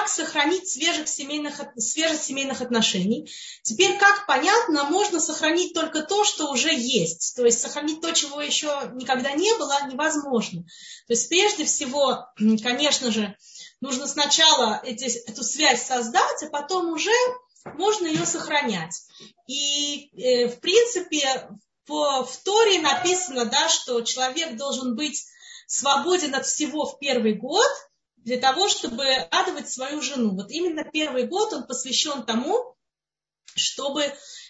сохранить свежесть семейных отношений. Теперь, как понятно, можно сохранить только то, что уже есть. То есть сохранить то, чего еще никогда не было, невозможно. То есть прежде всего, конечно же, нужно сначала эту связь создать, а потом уже можно ее сохранять. И в принципе в Торе написано, да, что человек должен быть свободен от всего в первый год, для того, чтобы радовать свою жену. Вот именно первый год он посвящен тому, чтобы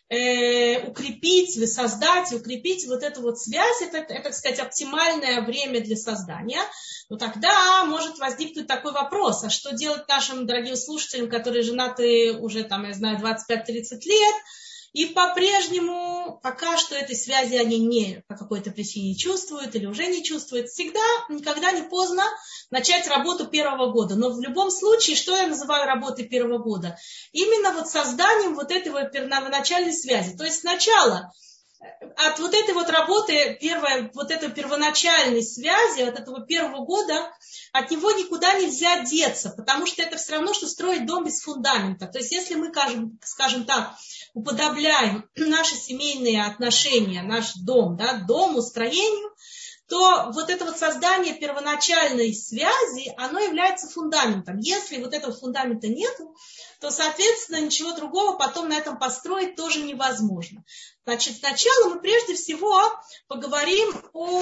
укрепить, создать, укрепить вот эту вот связь. Это, так сказать, оптимальное время для создания. Но тогда может возникнуть такой вопрос, а что делать нашим дорогим слушателям, которые женаты уже, там, я знаю, 25-30 лет, и по-прежнему пока что этой связи они не по какой-то причине чувствуют или уже не чувствуют. Всегда, никогда не поздно начать работу первого года. Но в любом случае, что я называю работой первого года? Именно вот созданием вот этой вот первоначальной связи. То есть сначала от вот этой вот работы, вот этой первоначальной связи, от этого первого года, от него никуда нельзя деться, потому что это все равно, что строить дом без фундамента. То есть если мы, скажем так, уподобляем наши семейные отношения, наш дом, да, дому, строению, то вот это вот создание первоначальной связи, оно является фундаментом. Если вот этого фундамента нет, то, соответственно, ничего другого потом на этом построить тоже невозможно. Значит, сначала мы прежде всего поговорим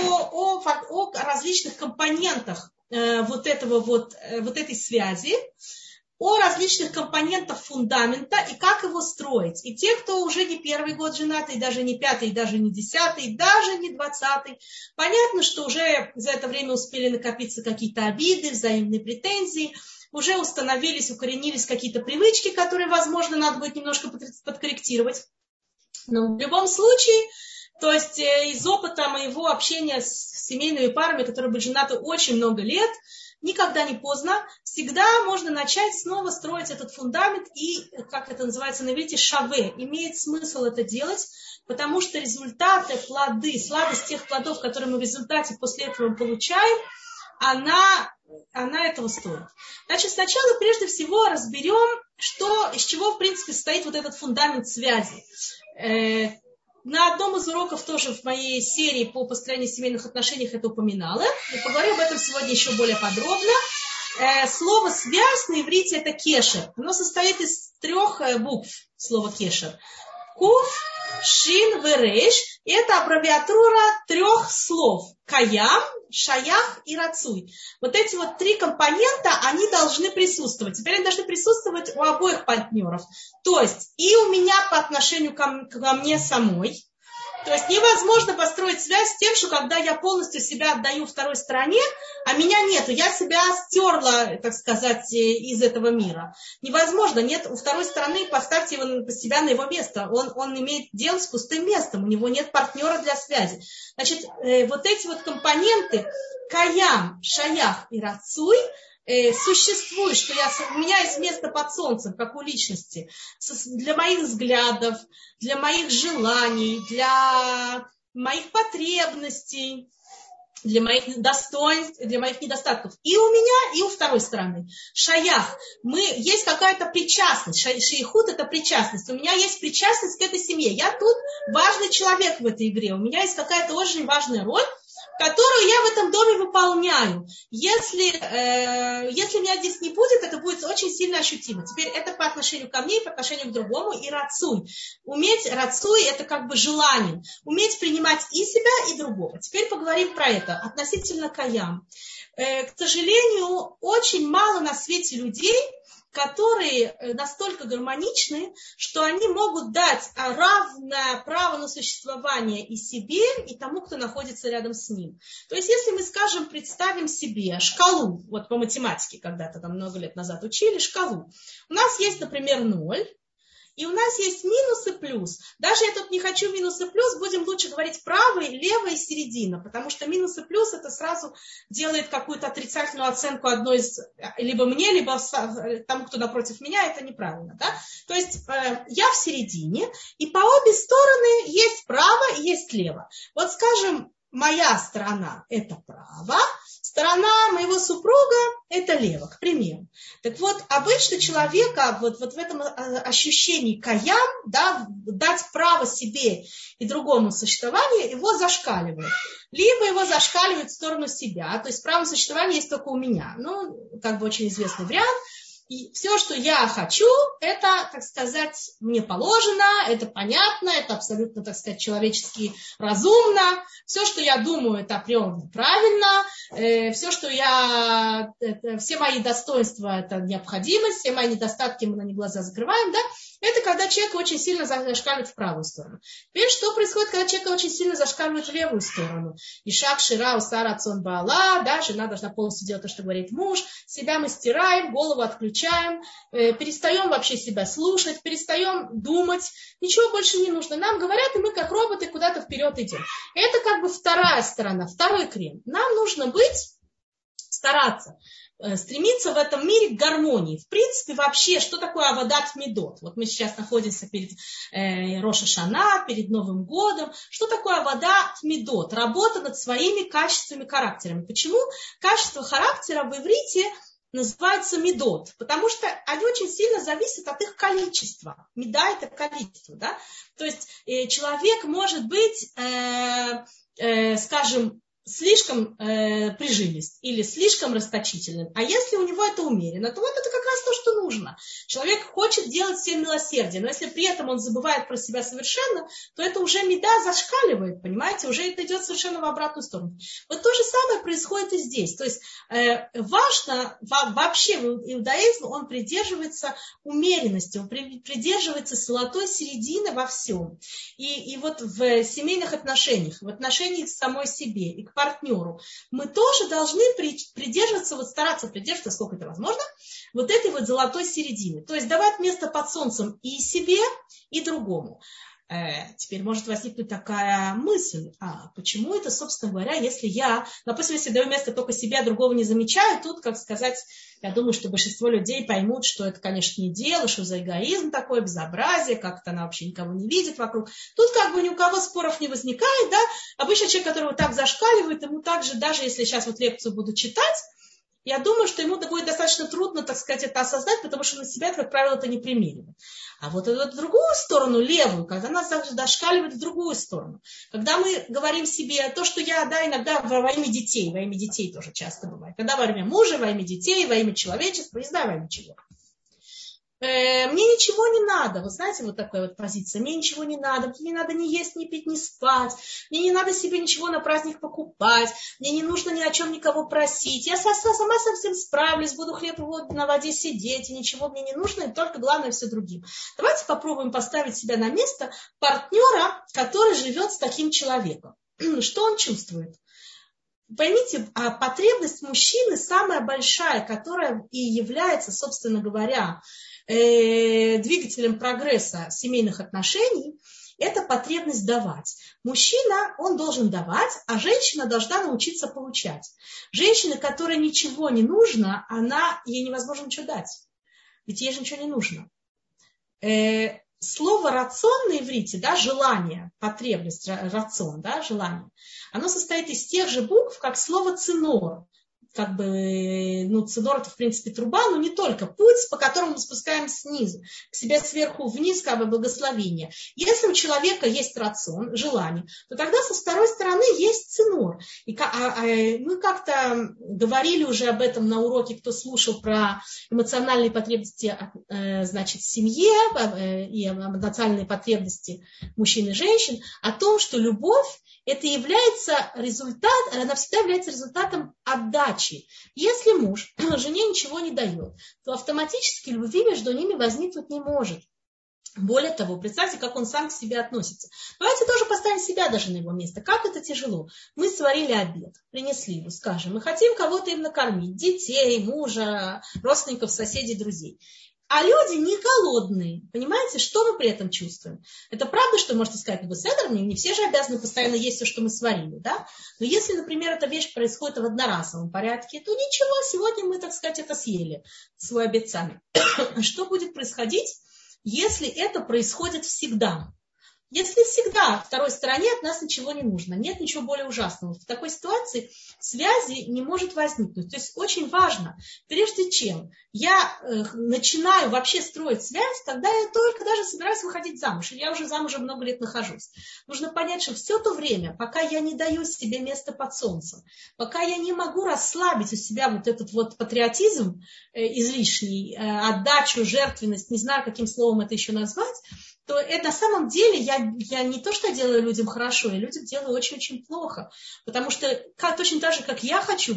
о различных компонентах вот этой связи, о различных компонентах фундамента и как его строить. И те, кто уже не первый год женаты, и даже не пятый, и даже не 10-й, и даже не 20-й, понятно, что уже за это время успели накопиться какие-то обиды, взаимные претензии, уже установились, укоренились какие-то привычки, которые, возможно, надо будет немножко подкорректировать. Но в любом случае, то есть из опыта моего общения с семейными парами, которые были женаты очень много лет, никогда не поздно, всегда можно начать снова строить этот фундамент и, как это называется на иврите, шаве. Имеет смысл это делать, потому что результаты, плоды, сладость тех плодов, которые мы в результате после этого получаем, она этого стоит. Значит, сначала прежде всего разберем, из чего, в принципе, стоит вот этот фундамент связи. На одном из уроков тоже в моей серии по построению семейных отношений это упоминала. Я поговорю об этом сегодня еще более подробно. Слово «связь» на иврите это кешер. Оно состоит из 3 букв, слово кешер. Куф, шин, вереш. И это аббревиатура 3 слов. Каям, шаях и рацуй. Вот эти вот 3 компонента, они должны присутствовать. Теперь они должны присутствовать у обоих партнеров. То есть и у меня по отношению ко мне самой. То есть невозможно построить связь с тем, что когда я полностью себя отдаю второй стороне, а меня нету, я себя стерла, так сказать, из этого мира. Невозможно, нет, у второй стороны поставьте себя на его место. Он имеет дело с пустым местом, у него нет партнера для связи. Значит, вот эти вот компоненты каям, шаях и рацуй существует, что у меня есть место под солнцем, как у личности, для моих взглядов, для моих желаний, для моих потребностей, для моих достоинств, для моих недостатков. И у меня, и у второй стороны. Шаях. Есть какая-то причастность. Шейхут – это причастность. У меня есть причастность к этой семье. Я тут важный человек в этой игре. У меня есть какая-то очень важная роль, которую я в этом доме выполняю. Если меня здесь не будет, это будет очень сильно ощутимо. Теперь это по отношению ко мне и по отношению к другому. И рацуй. Рацуй – это как бы желание. Уметь принимать и себя, и другого. Теперь поговорим про это. Относительно каям. К сожалению, очень мало на свете людей, которые настолько гармоничны, что они могут дать равное право на существование и себе, и тому, кто находится рядом с ним. То есть, если мы, скажем, представим себе шкалу, вот по математике когда-то там много лет назад учили шкалу. У нас есть, например, 0, и у нас есть минус и плюс. Даже я тут не хочу минус и плюс, будем лучше говорить правый, левый и середина, потому что минус и плюс это сразу делает какую-то отрицательную оценку одной из, либо мне, либо тому, кто напротив меня, это неправильно. Да? То есть я в середине, и по обе стороны есть право и есть лево. Вот скажем, моя сторона это право, Сторона моего супруга – это лево, к примеру. Так вот, обычно человека вот в этом ощущении каям, да, дать право себе и другому существованию, его зашкаливает. Либо его зашкаливает в сторону себя, то есть право существования есть только у меня. Ну, как бы очень известный вариант. И все, что я хочу, это, так сказать, мне положено, это понятно, это абсолютно, так сказать, человечески разумно. Все, что я думаю, это априорно правильно. Все мои достоинства – это необходимость, все мои недостатки мы на них глаза закрываем, да. Это когда человек очень сильно зашкаливает в правую сторону. Теперь, что происходит, когда человек очень сильно зашкаливает в левую сторону? Ишак, шира, усара, цон, баала, да, жена должна полностью делать то, что говорит муж, себя мы стираем, голову отключаем, перестаем вообще себя слушать, перестаем думать, ничего больше не нужно. Нам говорят, и мы как роботы куда-то вперед идем. Это как бы вторая сторона, второй крем. Нам нужно стараться стремиться в этом мире к гармонии. В принципе, вообще, что такое авадат медот? Вот мы сейчас находимся перед Рош ха-Шана, перед Новым годом. Что такое авадат медот? Работа над своими качествами, характерами. Почему качество характера в иврите называется медот? Потому что они очень сильно зависят от их количества. Меда – это количество. Да? То есть человек может быть, скажем, слишком прижимист или слишком расточителен. А если у него это умеренно, то вот это как раз то, что нужно. Человек хочет делать всем милосердие, но если при этом он забывает про себя совершенно, то это уже меда зашкаливает, понимаете, уже это идет совершенно в обратную сторону. Вот то же самое происходит и здесь. То есть важно, вообще иудаизм, он придерживается умеренности, он придерживается золотой середины во всем. И вот в семейных отношениях, в отношениях к самой себе и к партнеру, мы тоже должны придерживаться, стараться придерживаться, сколько это возможно, вот этой вот золотой середины. То есть давать место под солнцем и себе, и другому. Теперь может возникнуть такая мысль, почему это, собственно говоря, если я, допустим, если даю место только себе, а другого не замечаю, тут, как сказать, я думаю, что большинство людей поймут, что это, конечно, не дело, что за эгоизм такое, безобразие, как-то она вообще никого не видит вокруг. Тут как бы ни у кого споров не возникает, да. Обычно человек, которого так зашкаливает, ему также, даже если сейчас вот лекцию буду читать, я думаю, что ему будет достаточно трудно, так сказать, это осознать, потому что на себя, как правило, это не примерено. А вот эту другую сторону, левую, когда нас зашкаливает в другую сторону. Когда мы говорим себе то, что я, да, иногда во имя детей тоже часто бывает. Когда во имя мужа, во имя детей, во имя человечества, не знаю, во имя чего. Мне ничего не надо, вы знаете, вот такая вот позиция, мне ничего не надо, мне не надо ни есть, ни пить, ни спать, мне не надо себе ничего на праздник покупать, мне не нужно ни о чем никого просить, я сама совсем справлюсь, буду хлеб на воде сидеть, и ничего мне не нужно, и только главное все другим. Давайте попробуем поставить себя на место партнера, который живет с таким человеком. Что он чувствует? Поймите, потребность мужчины самая большая, которая и является, собственно говоря, двигателем прогресса семейных отношений, это потребность давать. Мужчина, он должен давать, а женщина должна научиться получать. Женщина, которой ничего не нужно, ей невозможно ничего дать. Ведь ей же ничего не нужно. Слово рацион на иврите, да, желание, потребность, рацион, да, желание, оно состоит из тех же букв, как слово цинор. Как бы, цинор это в принципе труба, но не только. Путь, по которому мы спускаем снизу, к себе сверху вниз, как бы благословение. Если у человека есть рацион, желание, то тогда со второй стороны есть цинор. И мы как-то говорили уже об этом на уроке, кто слушал про эмоциональные потребности, значит, в семье и эмоциональные потребности мужчин и женщин, о том, что любовь это является она всегда является результатом отдачи. Если муж жене ничего не дает, то автоматически любви между ними возникнуть не может. Более того, представьте, как он сам к себе относится. Давайте тоже поставим себя даже на его место. Как это тяжело. Мы сварили обед, принесли его, скажем, мы хотим кого-то им накормить, детей, мужа, родственников, соседей, друзей. А люди не голодные. Понимаете, что мы при этом чувствуем? Это правда, что можете сказать, не все же обязаны постоянно есть все, что мы сварили, да? Но если, например, эта вещь происходит в одноразовом порядке, то ничего, сегодня мы, так сказать, это съели, свой обед сами. Что будет происходить, если это происходит всегда? Если всегда второй стороне от нас ничего не нужно, нет ничего более ужасного, в такой ситуации связи не может возникнуть. То есть очень важно, прежде чем я начинаю вообще строить связь, когда я только даже собираюсь выходить замуж, и я уже замужем много лет нахожусь. Нужно понять, что все то время, пока я не даю себе место под солнцем, пока я не могу расслабить у себя вот этот вот патриотизм излишний, отдачу, жертвенность, не знаю, каким словом это еще назвать, то это на самом деле я не то, что делаю людям хорошо, я людям делаю очень-очень плохо. Потому что точно так же, как я хочу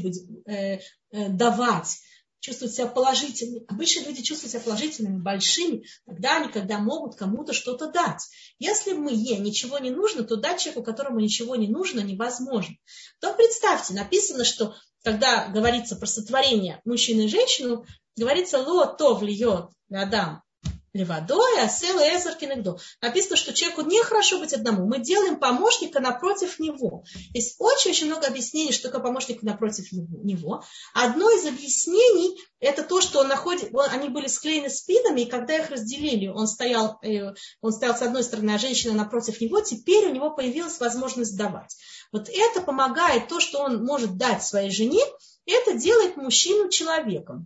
давать, чувствовать себя положительными. Обычно люди чувствуют себя положительными, большими, тогда они, когда могут кому-то что-то дать. Если мне ничего не нужно, то дать человеку, которому ничего не нужно, невозможно. То представьте, написано, что когда говорится про сотворение мужчины и женщины, говорится «ло тов льет адам». Левадой, асел и эзер кинегдо. Написано, что человеку нехорошо быть одному. Мы делаем помощника напротив него. Есть очень-очень много объяснений, что такое помощник напротив него. Одно из объяснений – это то, что они были склеены спинами, и когда их разделили, он стоял с одной стороны, а женщина напротив него, теперь у него появилась возможность давать. Вот это помогает, то, что он может дать своей жене, это делает мужчину человеком.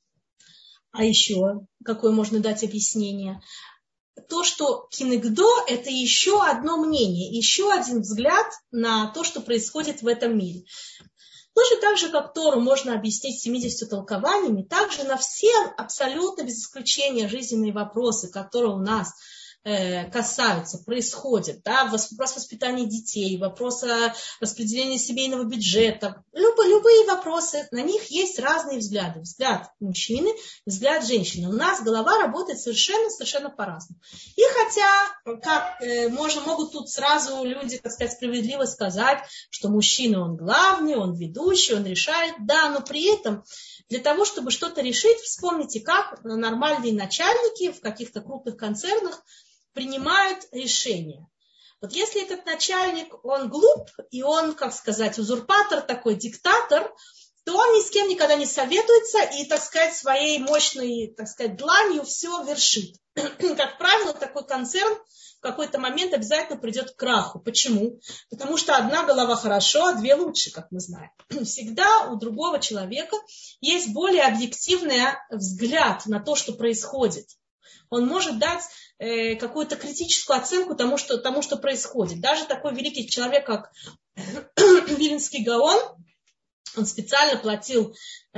А еще какое можно дать объяснение? То, что кинегдо – это еще одно мнение, еще один взгляд на то, что происходит в этом мире. Точно так же, как Тору можно объяснить 70 толкованиями, также на все абсолютно без исключения жизненные вопросы, которые у нас касаются, происходят, да, вопрос воспитания детей, вопрос распределения семейного бюджета, любые вопросы, на них есть разные взгляды. Взгляд мужчины, взгляд женщины. У нас голова работает совершенно по-разному. И хотя, могут тут сразу люди, так сказать, справедливо сказать, что мужчина, он главный, он ведущий, он решает, да, но при этом для того, чтобы что-то решить, вспомните, как нормальные начальники в каких-то крупных концернах принимают решения. Вот если этот начальник, он глуп, и он, как сказать, узурпатор такой, диктатор, то он ни с кем никогда не советуется и, так сказать, своей мощной, так сказать, дланью все вершит. Как правило, такой концерн в какой-то момент обязательно придет к краху. Почему? Потому что одна голова хорошо, а две лучше, как мы знаем. Всегда у другого человека есть более объективный взгляд на то, что происходит. Он может дать какую-то критическую оценку тому, что происходит. Даже такой великий человек, как Вилнский Гаон, он специально платил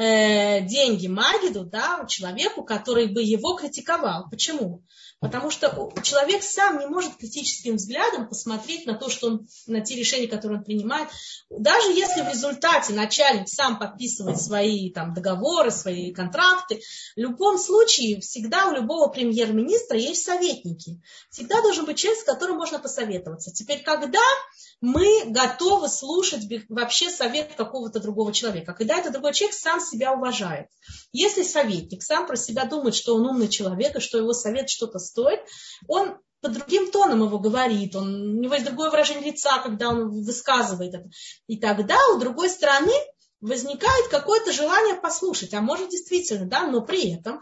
деньги Магиду, да, человеку, который бы его критиковал. Почему? Потому что человек сам не может критическим взглядом посмотреть на на те решения, которые он принимает. Даже если в результате начальник сам подписывает свои договоры, свои контракты, в любом случае всегда у любого премьер-министра есть советники. Всегда должен быть человек, с которым можно посоветоваться. Теперь, когда мы готовы слушать вообще совет какого-то другого человека, когда этот другой человек сам себя уважает. Если советник сам про себя думает, что он умный человек, и что его совет что-то стоит, он под другим тоном его говорит, у него есть другое выражение лица, когда он высказывает это. И тогда у другой стороны возникает какое-то желание послушать, а может действительно, да, но при этом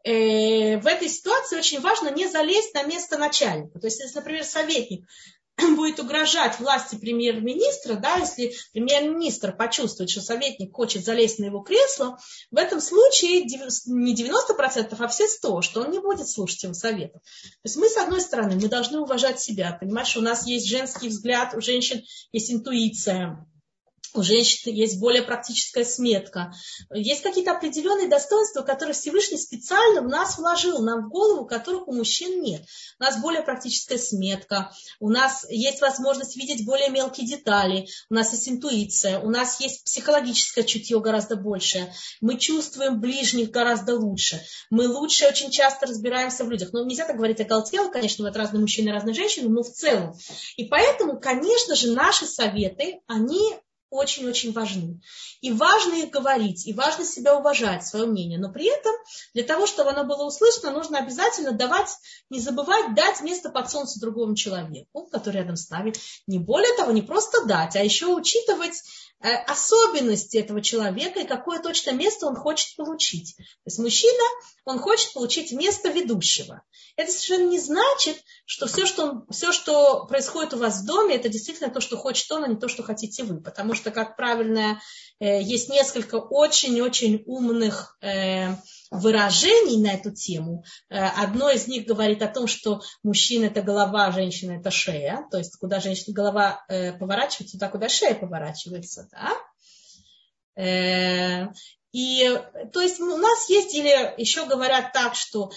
в этой ситуации очень важно не залезть на место начальника. То есть, если, например, советник будет угрожать власти премьер-министра, да, если премьер-министр почувствует, что советник хочет залезть на его кресло, в этом случае не 90%, а все 100%, что он не будет слушать его советов. То есть мы, с одной стороны, мы должны уважать себя, понимать, что у нас есть женский взгляд, у женщин есть интуиция, у женщин есть более практическая сметка. Есть какие-то определенные достоинства, которые Всевышний специально в нас вложил, нам в голову, которых у мужчин нет. У нас более практическая сметка, у нас есть возможность видеть более мелкие детали, у нас есть интуиция, у нас есть психологическое чутье гораздо большее, мы чувствуем ближних гораздо лучше, мы лучше очень часто разбираемся в людях. Ну, нельзя так говорить оголтело, конечно, вот разные мужчины, разные женщины, но в целом. И поэтому, конечно же, наши советы, они очень-очень важны. И важно их говорить, и важно себя уважать, свое мнение. Но при этом для того, чтобы оно было услышано, нужно обязательно давать, не забывать дать место под солнце другому человеку, который рядом с нами. Не более того, не просто дать, а еще учитывать особенности этого человека и какое точно место он хочет получить. То есть мужчина, он хочет получить место ведущего. Это совершенно не значит, что все, что происходит у вас в доме, это действительно то, что хочет он, а не то, что хотите вы. Потому что, как правильно, есть несколько очень-очень умных выражений на эту тему. Одно из них говорит о том, что мужчина – это голова, женщина – это шея. То есть, куда женщина голова поворачивается, туда, куда шея поворачивается. Да? И, то есть, у нас есть, или еще говорят так, что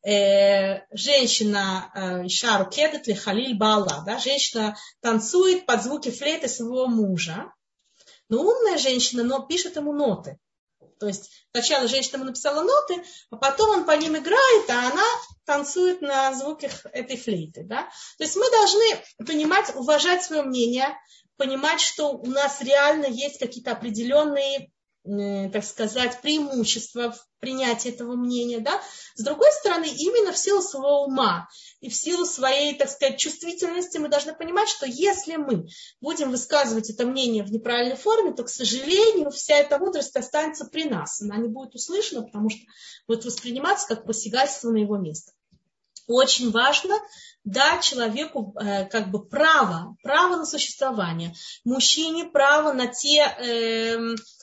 женщина шару кедет ли халиль баала, да? Женщина танцует под звуки флейты своего мужа. Но умная женщина, но пишет ему ноты. То есть сначала женщина ему написала ноты, а потом он по ним играет, а она танцует на звуках этой флейты. Да? То есть мы должны понимать, уважать свое мнение, понимать, что у нас реально есть какие-то определенные, так сказать, преимущества в принятии этого мнения. Да? С другой стороны, именно в силу своего ума и в силу своей, так сказать, чувствительности мы должны понимать, что если мы будем высказывать это мнение в неправильной форме, то, к сожалению, вся эта мудрость останется при нас. Она не будет услышана, потому что будет восприниматься как посягательство на его место. Очень важно дать человеку как бы право на существование, мужчине право на те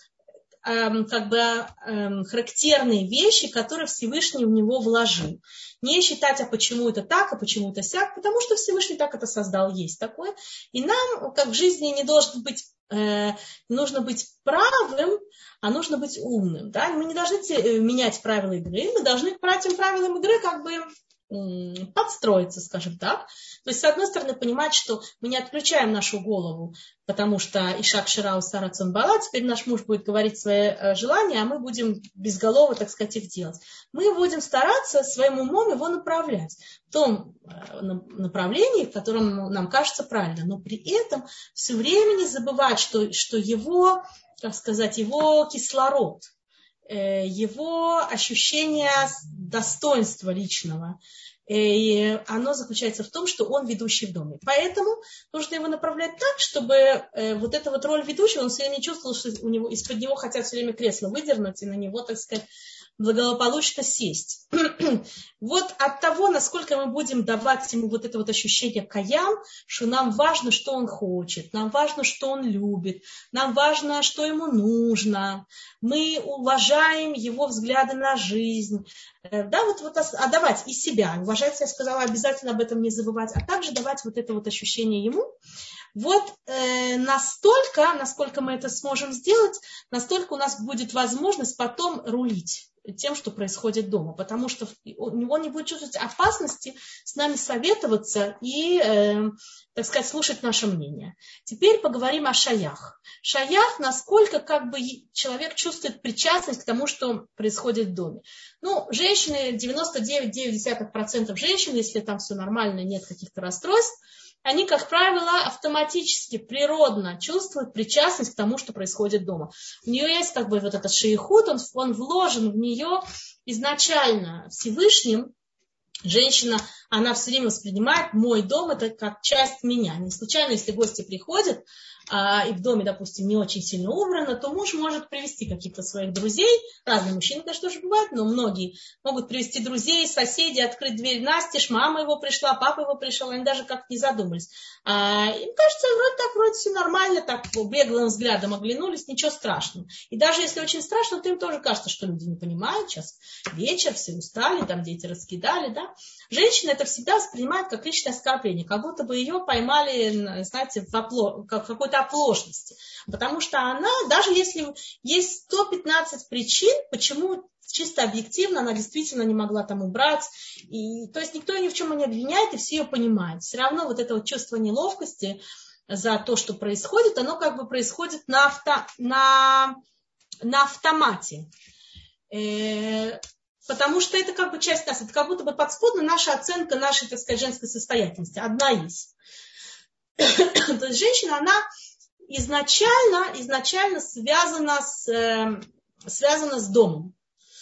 характерные вещи, которые Всевышний в него вложил. Не считать, а почему это так, а почему это сяк, потому что Всевышний так это создал, есть такое. И нам, как в жизни, не нужно быть правым, а нужно быть умным. Да? Мы не должны менять правила игры, мы должны к этим правилам игры как бы подстроиться, скажем так. То есть, с одной стороны, понимать, что мы не отключаем нашу голову, потому что Ишак Ширау Сарацун Бала, теперь наш муж будет говорить свои желания, а мы будем безголово, так сказать, их делать. Мы будем стараться своим умом его направлять в том направлении, в котором нам кажется правильно, но при этом все время не забывать, что его, так сказать, его кислород, его ощущение достоинства личного, и оно заключается в том, что он ведущий в доме. Поэтому нужно его направлять так, чтобы вот эта вот роль ведущего, он все время чувствовал, что из-под него хотят все время кресло выдернуть и на него, так сказать, благополучно сесть. Вот от того, насколько мы будем давать ему вот это вот ощущение каям, что нам важно, что он хочет, нам важно, что он любит, нам важно, что ему нужно, мы уважаем его взгляды на жизнь. Да, вот отдавать из себя, уважать, я сказала, обязательно об этом не забывать, а также давать вот это вот ощущение ему. Вот настолько, насколько мы это сможем сделать, настолько у нас будет возможность потом рулить тем, что происходит дома, потому что он не будет чувствовать опасности с нами советоваться и, так сказать, слушать наше мнение. Теперь поговорим о шаях. Шаях, насколько как бы человек чувствует причастность к тому, что происходит в доме. Ну, женщины, 99,9% женщин, если там все нормально, нет каких-то расстройств, они, как правило, автоматически, природно чувствуют причастность к тому, что происходит дома. У нее есть как бы вот этот шейхут, он вложен в нее изначально Всевышним. Женщина, она все время воспринимает мой дом, это как часть меня. Не случайно, если гости приходят, и в доме, допустим, не очень сильно убрано, то муж может привести каких-то своих друзей. Разные мужчины, конечно, тоже бывают, но многие могут привести друзей, соседей, открыть дверь настежь, мама его пришла, папа его пришел, они даже как-то не задумались. Им кажется, вроде все нормально, так беглым взглядом оглянулись, ничего страшного. И даже если очень страшно, то им тоже кажется, что люди не понимают, сейчас вечер, все устали, там дети раскидали, да. Женщина это всегда воспринимает как личное оскорбление, как будто бы ее поймали, знаете, в какой-то оплошности. Потому что она, даже если есть 115 причин, почему чисто объективно она действительно не могла там убрать, то есть никто ее ни в чем не обвиняет, и все ее понимают. Все равно вот это вот чувство неловкости за то, что происходит, оно как бы происходит на автомате. Потому что это как бы часть нас, это как будто бы подспудно наша оценка нашей, так сказать, женской состоятельности. Одна из. То есть женщина, она изначально связано с домом.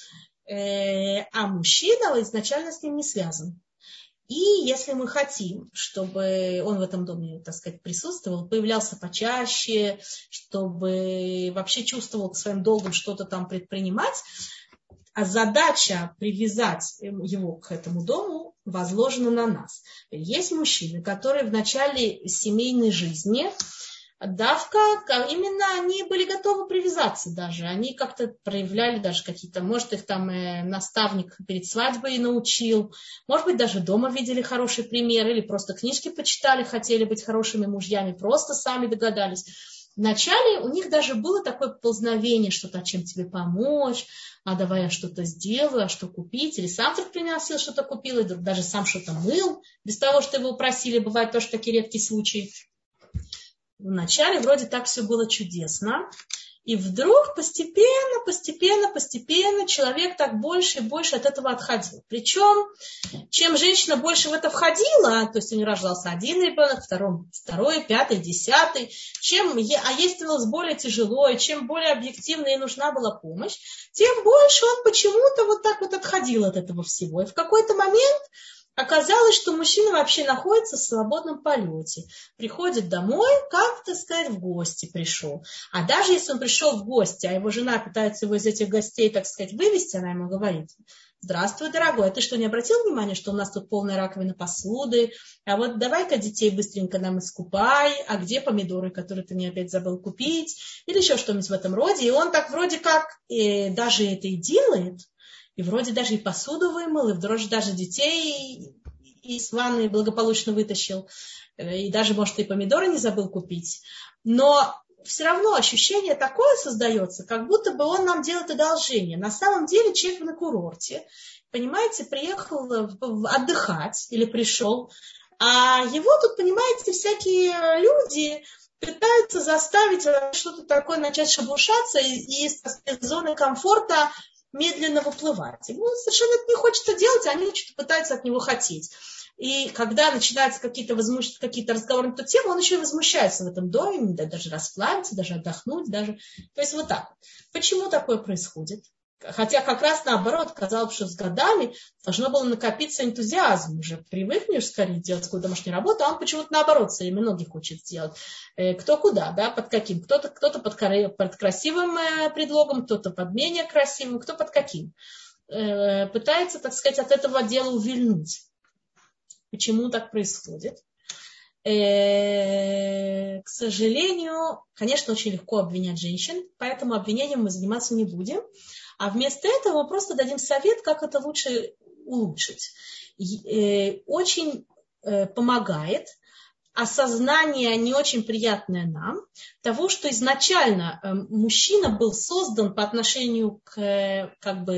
А мужчина изначально с ним не связан. И если мы хотим, чтобы он в этом доме, так сказать, присутствовал, появлялся почаще, чтобы вообще чувствовал к своим долгам что-то там предпринимать, а задача привязать его к этому дому возложена на нас. Есть мужчины, которые в начале семейной жизни давка, именно они были готовы привязаться даже. Они как-то проявляли даже какие-то, может, их там наставник перед свадьбой научил, может быть, даже дома видели хороший пример, или просто книжки почитали, хотели быть хорошими мужьями, просто сами догадались. Вначале у них даже было такое поползновение, что-то, а чем тебе помочь, а давай я что-то сделаю, а что купить, или сам вдруг приносил что-то купил, и вдруг даже сам что-то мыл, без того, что его просили, бывают тоже такие редкие случаи. Вначале вроде так все было чудесно, и вдруг постепенно человек так больше и больше от этого отходил. Причем, чем женщина больше в это входила, то есть у нее рождался один ребенок, второй, пятый, десятый, а ей становилось более тяжело, и чем более объективно ей нужна была помощь, тем больше он почему-то вот так вот отходил от этого всего. И в какой-то момент оказалось, что мужчина вообще находится в свободном полете. Приходит домой, как, так сказать, в гости пришел. А даже если он пришел в гости, а его жена пытается его из этих гостей, так сказать, вывести, она ему говорит: здравствуй, дорогой, а ты что, не обратил внимания, что у нас тут полная раковина посуды? А вот давай-ка детей быстренько нам искупай. А где помидоры, которые ты мне опять забыл купить? Или еще что-нибудь в этом роде. И он так вроде как даже это и делает. И вроде даже и посуду вымыл, и вроде даже детей из ванны благополучно вытащил. И даже, может, и помидоры не забыл купить. Но все равно ощущение такое создается, как будто бы он нам делает одолжение. На самом деле человек на курорте, понимаете, приехал отдыхать или пришел, а его тут, понимаете, всякие люди пытаются заставить что-то такое начать шебуршаться и из зоны комфорта медленно выплывать. Ему совершенно это не хочет это делать, а они что-то пытаются от него хотеть. И когда начинаются какие-то разговоры на эту тему, он еще и возмущается в этом доме, даже расплавиться, даже отдохнуть, даже. То есть вот так. Почему такое происходит? Хотя как раз наоборот, казалось, что с годами должно было накопиться энтузиазм. Уже привыкнешь скорее делать свою домашнюю работу, а он почему-то наоборот все время ноги хочет сделать. Кто куда, да, под каким. Кто-то под красивым предлогом, кто-то под менее красивым, кто под каким. Пытается, так сказать, от этого дела увильнуть. Почему так происходит? К сожалению, конечно, очень легко обвинять женщин, поэтому обвинением мы заниматься не будем. А вместо этого мы просто дадим совет, как это лучше улучшить. Очень помогает осознание, не очень приятное нам, того, что изначально мужчина был создан по отношению к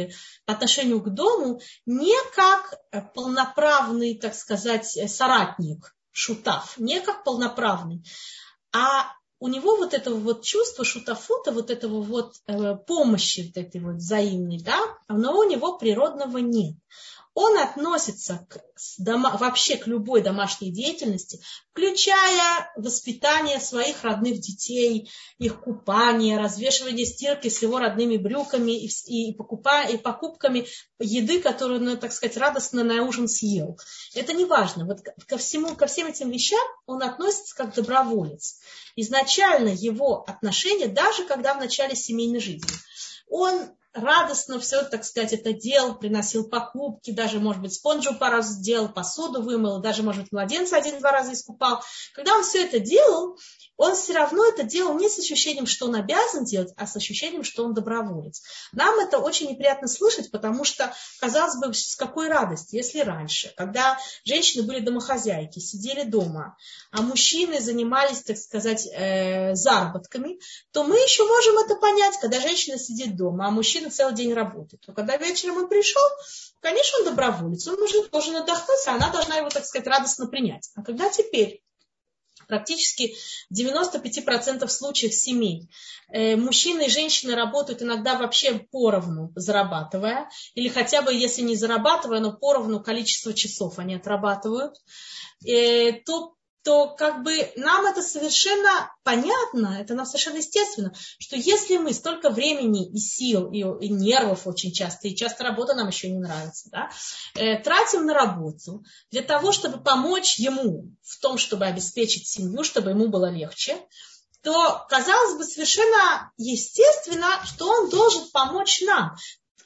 дому не как полноправный, так сказать, соратник, шутаф, не как полноправный, а у него вот это вот чувство шутафута, вот этого вот помощи вот этой вот взаимной, да, но у него природного нет. Он относится вообще к любой домашней деятельности, включая воспитание своих родных детей, их купание, развешивание стирки с его родными брюками и покупками еды, которую он, так сказать, радостно на ужин съел. Это не важно. Вот ко всем этим вещам он относится как доброволец. Изначально его отношения, даже когда в начале семейной жизни, он радостно все, так сказать, это делал, приносил покупки, даже, может быть, спонжу пару раз сделал, посуду вымыл, даже, может быть, младенца 1-2 раза искупал. Когда он все это делал, он все равно это делал не с ощущением, что он обязан делать, а с ощущением, что он доброволец. Нам это очень неприятно слышать, потому что, казалось бы, с какой радостью, если раньше, когда женщины были домохозяйки, сидели дома, а мужчины занимались, так сказать, заработками, то мы еще можем это понять, когда женщина сидит дома, а мужчина целый день работает. То когда вечером он пришел, конечно, он доброволец, он уже должен отдохнуть, а она должна его, так сказать, радостно принять. А когда теперь практически в 95% случаев семей мужчины и женщины работают иногда вообще поровну, зарабатывая, или хотя бы, если не зарабатывая, но поровну количество часов они отрабатывают, то то как бы нам это совершенно понятно, это нам совершенно естественно, что если мы столько времени и сил, и нервов очень часто, и часто работа нам еще не нравится, да, тратим на работу для того, чтобы помочь ему в том, чтобы обеспечить семью, чтобы ему было легче, то, казалось бы, совершенно естественно, что он должен помочь нам.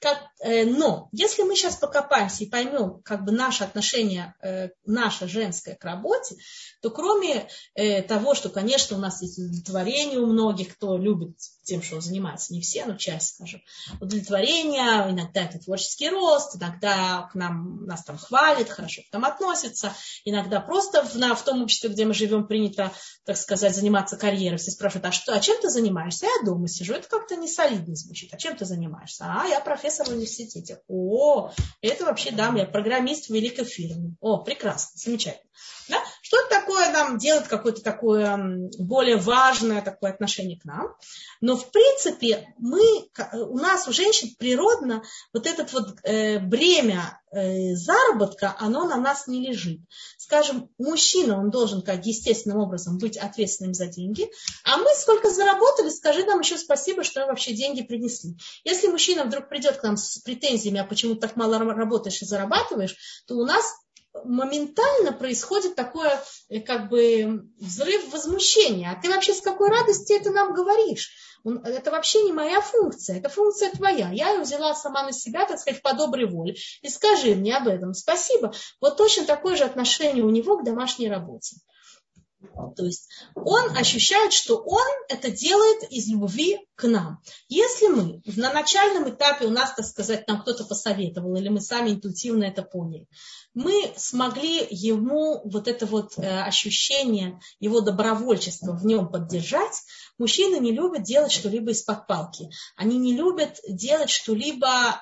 Но если мы сейчас покопаемся и поймем как бы наше отношение, наше женское к работе, то кроме того, что, конечно, у нас есть удовлетворение у многих, кто любит тем, что он занимается, не все, но часть, скажем, удовлетворение, иногда это творческий рост, иногда нас там хвалят, хорошо к нам относятся, иногда просто в том обществе, где мы живем, принято, так сказать, заниматься карьерой. Все спрашивают, а чем ты занимаешься? Я дома сижу. Это как-то не солидно звучит. А чем ты занимаешься? Я профессор в университете. Это вообще, да, я программист в великой фирме. Прекрасно, замечательно. Да? Что-то такое нам делает, какое-то такое более важное такое отношение к нам. Но, в принципе, у нас, у женщин природно вот это вот бремя заработка, оно на нас не лежит. Скажем, мужчина, он должен как естественным образом быть ответственным за деньги, а мы сколько заработали, скажи нам еще спасибо, что вообще деньги принесли. Если мужчина вдруг придет к нам с претензиями, а почему ты так мало работаешь и зарабатываешь, то у нас моментально происходит такой как бы взрыв возмущения. А ты вообще с какой радости это нам говоришь? Это вообще не моя функция, это функция твоя. Я ее взяла сама на себя, так сказать, по доброй воле. И скажи мне об этом спасибо. Вот точно такое же отношение у него к домашней работе. То есть он ощущает, что он это делает из любви к нам. Если мы на начальном этапе у нас, так сказать, нам кто-то посоветовал, или мы сами интуитивно это поняли, мы смогли ему вот это вот ощущение, его добровольчества в нем поддержать. Мужчины не любят делать что-либо из-под палки. Они не любят делать что-либо,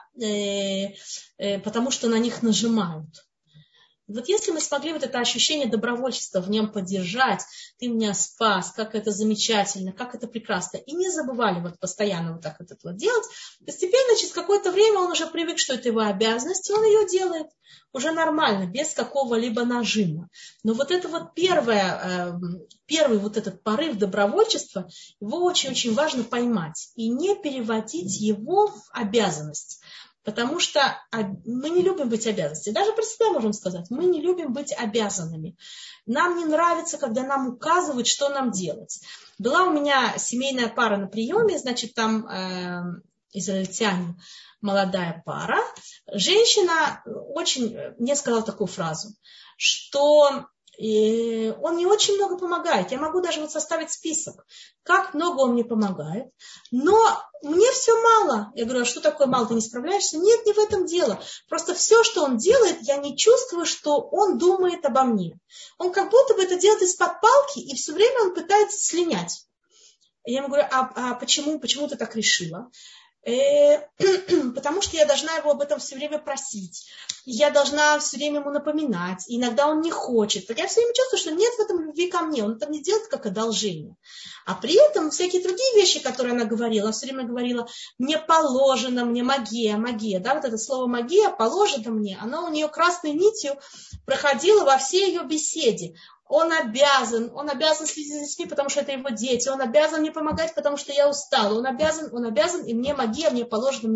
потому что на них нажимают. Вот если мы смогли вот это ощущение добровольчества в нем поддержать, ты меня спас, как это замечательно, как это прекрасно, и не забывали вот постоянно вот так вот делать, постепенно через какое-то время он уже привык, что это его обязанность, и он ее делает уже нормально, без какого-либо нажима. Но вот это вот первый вот этот порыв добровольчества, его очень-очень важно поймать и не переводить его в обязанность. Потому что мы не любим быть обязанными. Даже про себя можем сказать. Мы не любим быть обязанными. Нам не нравится, когда нам указывают, что нам делать. Была у меня семейная пара на приеме, значит, там израильтяне, молодая пара. Женщина мне сказала такую фразу, что он мне очень много помогает. Я могу даже вот составить список, как много он мне помогает. Но мне все мало. Я говорю, а что такое мало? Ты не справляешься? Нет, не в этом дело. Просто все, что он делает, я не чувствую, что он думает обо мне. Он как будто бы это делает из-под палки, и все время он пытается слинять. Я ему говорю, почему ты так решила? Потому что я должна его об этом все время просить. Я должна все время ему напоминать. И иногда он не хочет. Так я все время чувствую, что нет в этом любви ко мне. Он это не делает как одолжение. А при этом всякие другие вещи, которые она говорила, она все время говорила, мне положено, мне магия. Да, вот это слово магия, положено мне, оно у нее красной нитью проходило во всей ее беседе. Он обязан следить за детьми, потому что это его дети. Он обязан мне помогать, потому что я устала. Он обязан, и мне магия, мне положено.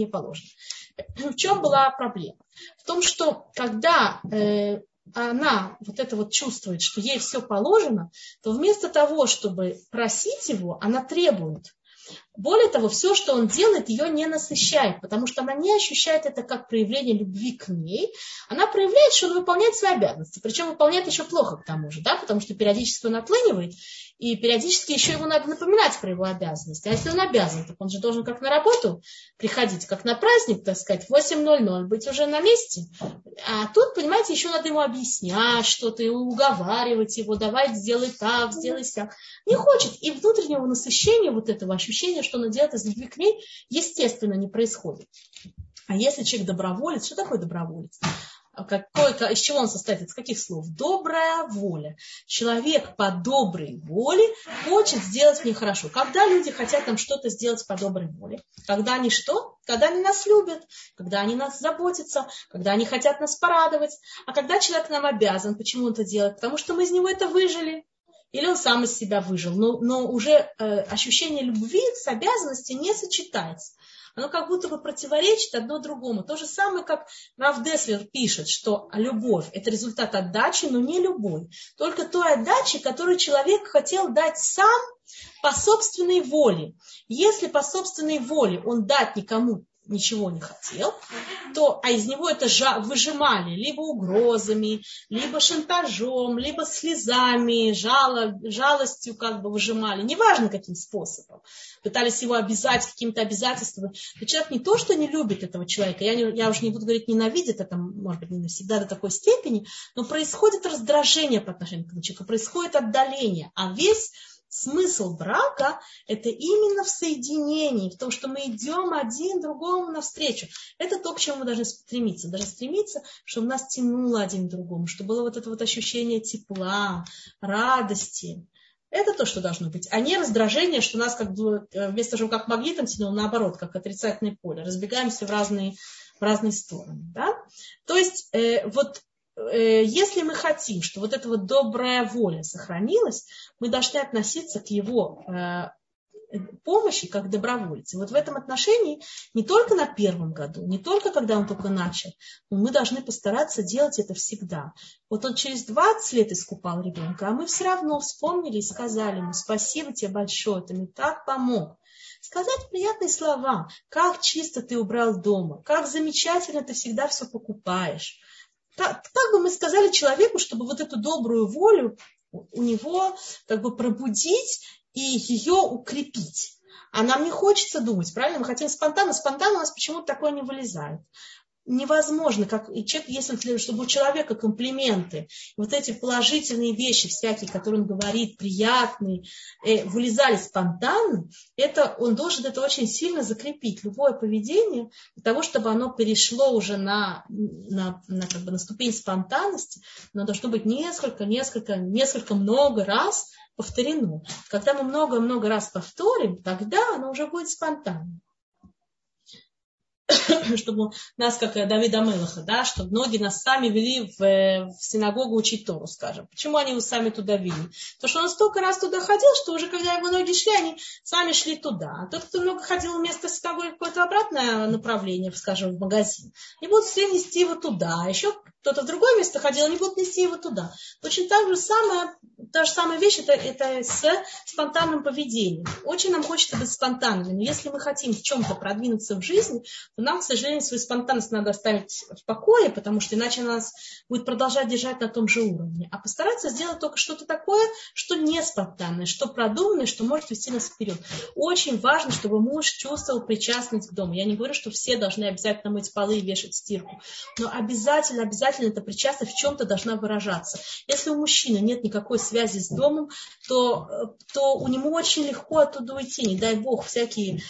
В чем была проблема? В том, что когда она вот это вот чувствует, что ей все положено, то вместо того, чтобы просить его, она требует. Более того, все, что он делает, ее не насыщает, потому что она не ощущает это как проявление любви к ней. Она проявляет, что он выполняет свои обязанности. Причем выполняет еще плохо к тому же, да, потому что периодически он отлынивает, и периодически еще ему надо напоминать про его обязанности. А если он обязан, так он же должен как на работу приходить, как на праздник, так сказать, в 8:00, быть уже на месте. А тут, понимаете, еще надо ему объяснять что-то, и уговаривать его, давай сделай так, сделай сяк. Не хочет. И внутреннего насыщения вот этого ощущения, что он делает из любви к ней, естественно, не происходит. А если человек доброволец, что такое доброволец? Из чего он состоит? Из каких слов? Добрая воля. Человек по доброй воле хочет сделать мне хорошо. Когда люди хотят нам что-то сделать по доброй воле? Когда они что? Когда они нас любят, когда они нас заботятся, когда они хотят нас порадовать. А когда человек нам обязан, почему он это делает? Потому что мы из него это выжили. или он сам из себя выжил. Но уже ощущение любви с обязанностью не сочетается. Оно как будто бы противоречит одно другому. То же самое, как Рав Деслер пишет, что любовь – это результат отдачи, но не любой. Только той отдачи, которую человек хотел дать сам по собственной воле. Если по собственной воле он дать никому ничего не хотел, то, а из него это выжимали либо угрозами, либо шантажом, либо слезами, жалостью как бы выжимали, неважно каким способом. Пытались его обязать какими-то обязательствами. Но человек не то, что не любит этого человека, я уже не буду говорить ненавидит, это может быть не навсегда до такой степени, но происходит раздражение по отношению к этому человеку, происходит отдаление, а весь смысл брака – это именно в соединении, в том, что мы идем один другому навстречу. Это то, к чему мы должны стремиться. Даже стремиться, чтобы нас тянуло один к другому, чтобы было вот это вот ощущение тепла, радости. Это то, что должно быть, а не раздражение, что нас как бы вместо того, как магнитом тянуло, наоборот, как отрицательное поле. Разбегаемся в разные стороны. Да? То есть если мы хотим, чтобы вот эта вот добрая воля сохранилась, мы должны относиться к его помощи как добровольцы. Вот в этом отношении не только на первом году, не только когда он только начал, но мы должны постараться делать это всегда. Вот он через 20 лет искупал ребенка, а мы все равно вспомнили и сказали ему: спасибо тебе большое, ты мне так помог. Сказать приятные слова, как чисто ты убрал дома, как замечательно ты всегда все покупаешь. Так бы мы сказали человеку, чтобы вот эту добрую волю у него как бы пробудить и ее укрепить. А нам не хочется думать, правильно? Мы хотим спонтанно у нас почему-то такое не вылезает. Невозможно, чтобы у человека комплименты, вот эти положительные вещи всякие, которые он говорит, приятные, вылезали спонтанно, он должен это очень сильно закрепить. Любое поведение, для того, чтобы оно перешло уже на ступень спонтанности, оно должно быть несколько, много раз повторено. Когда мы много-много раз повторим, тогда оно уже будет спонтанно. Чтобы нас, как Давида Мелаха, да, чтобы многие нас сами вели в синагогу учить Тору, скажем. Почему они его сами туда вели? Потому что он столько раз туда ходил, что уже когда его ноги шли, они сами шли туда. А тот, кто много ходил вместо синагоги в какое-то обратное направление, скажем, в магазин, они будут все нести его туда. А еще кто-то в другое место ходил, они будут нести его туда. Точно та же самая вещь, это с спонтанным поведением. Очень нам хочется быть спонтанными, но если мы хотим в чем-то продвинуться в жизни, то нам, к сожалению, свою спонтанность надо оставить в покое, потому что иначе она нас будет продолжать держать на том же уровне. А постараться сделать только что-то такое, что не спонтанное, что продуманное, что может вести нас вперед. Очень важно, чтобы муж чувствовал причастность к дому. Я не говорю, что все должны обязательно мыть полы и вешать стирку, но обязательно эта причастность в чем-то должна выражаться. Если у мужчины нет никакой связи с домом, то у него очень легко оттуда уйти. Не дай бог, всякие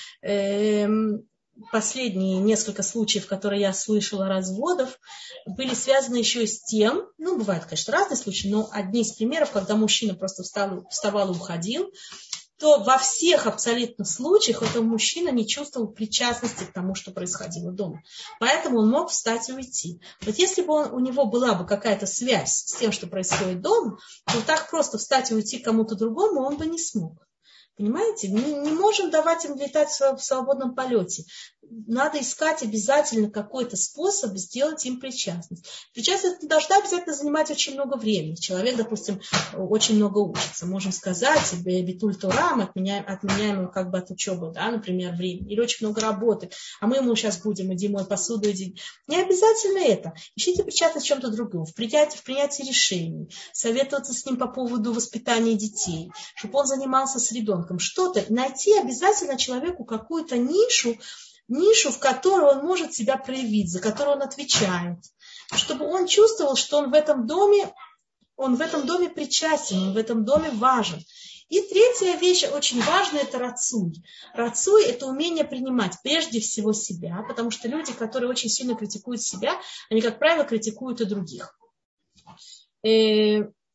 последние несколько случаев, которые я слышала, разводов, были связаны еще и с тем, бывают, конечно, разные случаи, но одни из примеров, когда мужчина просто вставал и уходил, то во всех абсолютно случаях этот мужчина не чувствовал причастности к тому, что происходило дома. Поэтому он мог встать и уйти. Вот если бы у него была бы какая-то связь с тем, что происходит дома, то так просто встать и уйти к кому-то другому он бы не смог. Понимаете? Мы не можем давать им летать в свободном полете. Надо искать обязательно какой-то способ сделать им причастность. Причастность не должна обязательно занимать очень много времени. Человек, допустим, очень много учится. Можем сказать, битуль Тора, мы отменяем его как бы от учебы, да, например, время. Или очень много работы. А мы ему сейчас будем, иди мой посуду, иди. Не обязательно это. Ищите причастность в чем-то другом. В принятии решений. Советоваться с ним по поводу воспитания детей. Чтобы он занимался с ребенком. Что-то. Найти обязательно человеку какую-то нишу, в которой он может себя проявить, за которую он отвечает, чтобы он чувствовал, что он в этом доме причастен, он в этом доме важен. И третья вещь очень важная – это рацуй. Рацуй – это умение принимать прежде всего себя, потому что люди, которые очень сильно критикуют себя, они, как правило, критикуют и других.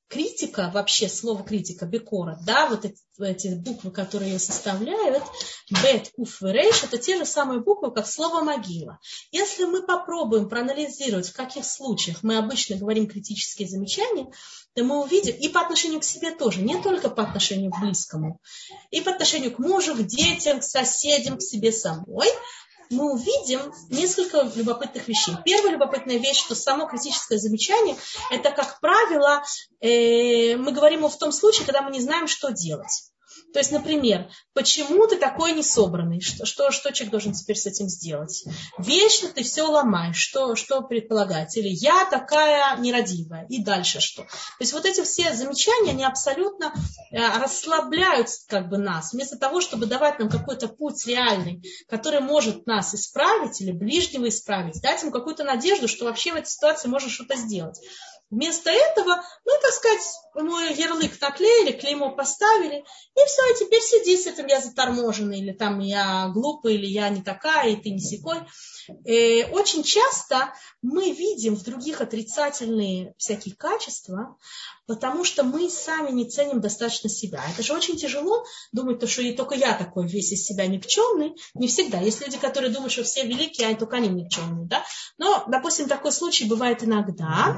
критика, вообще слово критика, бекора, да, вот эти буквы, которые ее составляют, бет, куф и рейш, это те же самые буквы, как слово могила. Если мы попробуем проанализировать, в каких случаях мы обычно говорим критические замечания, то мы увидим, и по отношению к себе тоже, не только по отношению к близкому, и по отношению к мужу, к детям, к соседям, к себе самой, мы увидим несколько любопытных вещей. Первая любопытная вещь, что само критическое замечание, это, как правило, мы говорим его в том случае, когда мы не знаем, что делать. То есть, например, почему ты такой несобранный? Что человек должен теперь с этим сделать? Вечно ты все ломаешь. Что предполагать? Или я такая нерадивая. И дальше что? То есть вот эти все замечания, они абсолютно расслабляют как бы нас. Вместо того, чтобы давать нам какой-то путь реальный, который может нас исправить или ближнего исправить, дать ему какую-то надежду, что вообще в этой ситуации можно что-то сделать. Вместо этого, так сказать, мой ярлык наклеили, клеймо поставили, и все, и теперь сиди с этим, я заторможенный, или там я глупый, или я не такая, и ты не сякой. Очень часто мы видим в других отрицательные всякие качества, потому что мы сами не ценим достаточно себя. Это же очень тяжело думать, что только я такой весь из себя никчемный. Не всегда. Есть люди, которые думают, что все великие, а только они никчемные. Да? Но, допустим, такой случай бывает иногда.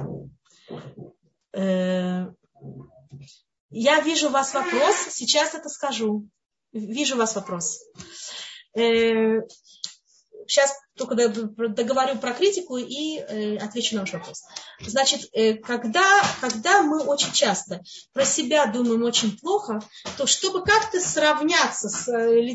Я вижу у вас вопрос, сейчас это скажу. Вижу у вас вопрос. Сейчас только договорю про критику и отвечу на ваш вопрос. Значит, когда мы очень часто про себя думаем очень плохо, то чтобы как-то сравняться с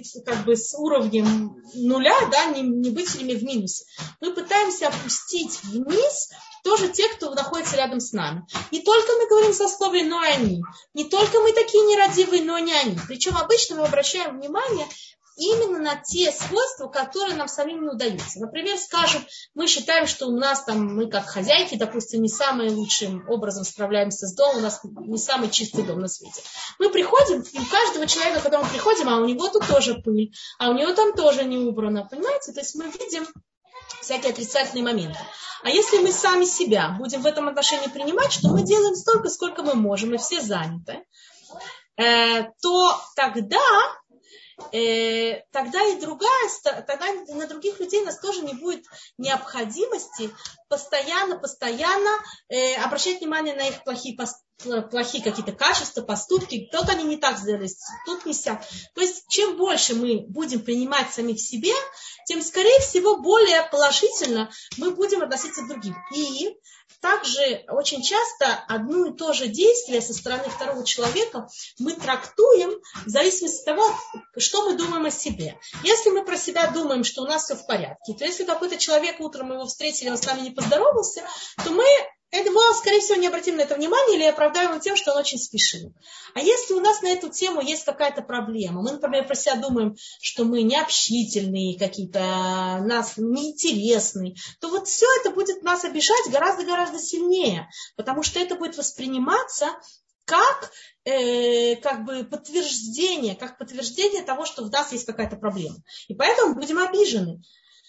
уровнем нуля, да, не быть все время в минусе, мы пытаемся опустить вниз тоже те, кто находится рядом с нами. Не только мы говорим сословие, но и они. Не только мы такие нерадивые, но и не они. Причем обычно мы обращаем внимание именно на те свойства, которые нам самим не удаются. Например, скажем, мы считаем, что у нас там, мы как хозяйки, допустим, не самым лучшим образом справляемся с домом, у нас не самый чистый дом на свете. Мы приходим, и у каждого человека, когда мы приходим, а у него тут тоже пыль, а у него там тоже не убрано, понимаете? То есть мы видим всякие отрицательные моменты. А если мы сами себя будем в этом отношении принимать, что мы делаем столько, сколько мы можем, и все заняты, то тогда и тогда на других людей у нас тоже не будет необходимости постоянно обращать внимание на их плохие какие-то качества, поступки, тут они не так сделали, тут не сяк. То есть, чем больше мы будем принимать самих себе, тем, скорее всего, более положительно мы будем относиться к другим. И также очень часто одно и то же действие со стороны второго человека мы трактуем в зависимости от того, что мы думаем о себе. Если мы про себя думаем, что у нас все в порядке, то если какой-то человек утром мы его встретили, он с нами не поздоровался, то мы скорее всего, не обратим на это внимание или оправдаем его тем, что он очень спешил. А если у нас на эту тему есть какая-то проблема, мы, например, про себя думаем, что мы необщительные какие-то, нас неинтересные, то вот все это будет нас обижать гораздо-гораздо сильнее, потому что это будет восприниматься как подтверждение того, что в нас есть какая-то проблема. И поэтому будем обижены.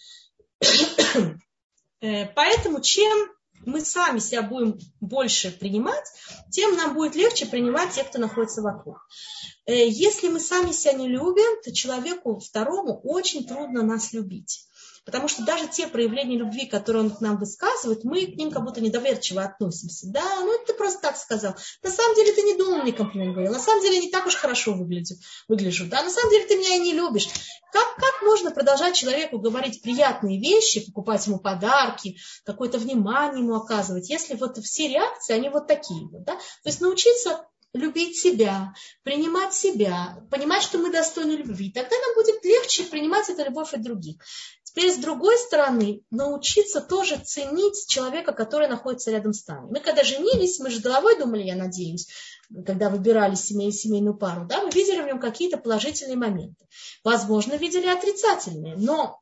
Поэтому чем мы сами себя будем больше принимать, тем нам будет легче принимать тех, кто находится вокруг. Если мы сами себя не любим, то человеку второму очень трудно нас любить. Потому что даже те проявления любви, которые он к нам высказывает, мы к ним как будто недоверчиво относимся. Да, это ты просто так сказал. На самом деле ты не думал мне комплимент говорил. На самом деле не так уж хорошо выгляжу. Да, на самом деле ты меня и не любишь. Как можно продолжать человеку говорить приятные вещи, покупать ему подарки, какое-то внимание ему оказывать, если вот все реакции, они вот такие вот, да? То есть научиться любить себя, принимать себя, понимать, что мы достойны любви. Тогда нам будет легче принимать эту любовь от других. Теперь, с другой стороны, научиться тоже ценить человека, который находится рядом с нами. Мы когда женились, мы же головой думали, я надеюсь, когда выбирали семейную пару, да, мы видели в нем какие-то положительные моменты. Возможно, видели отрицательные, но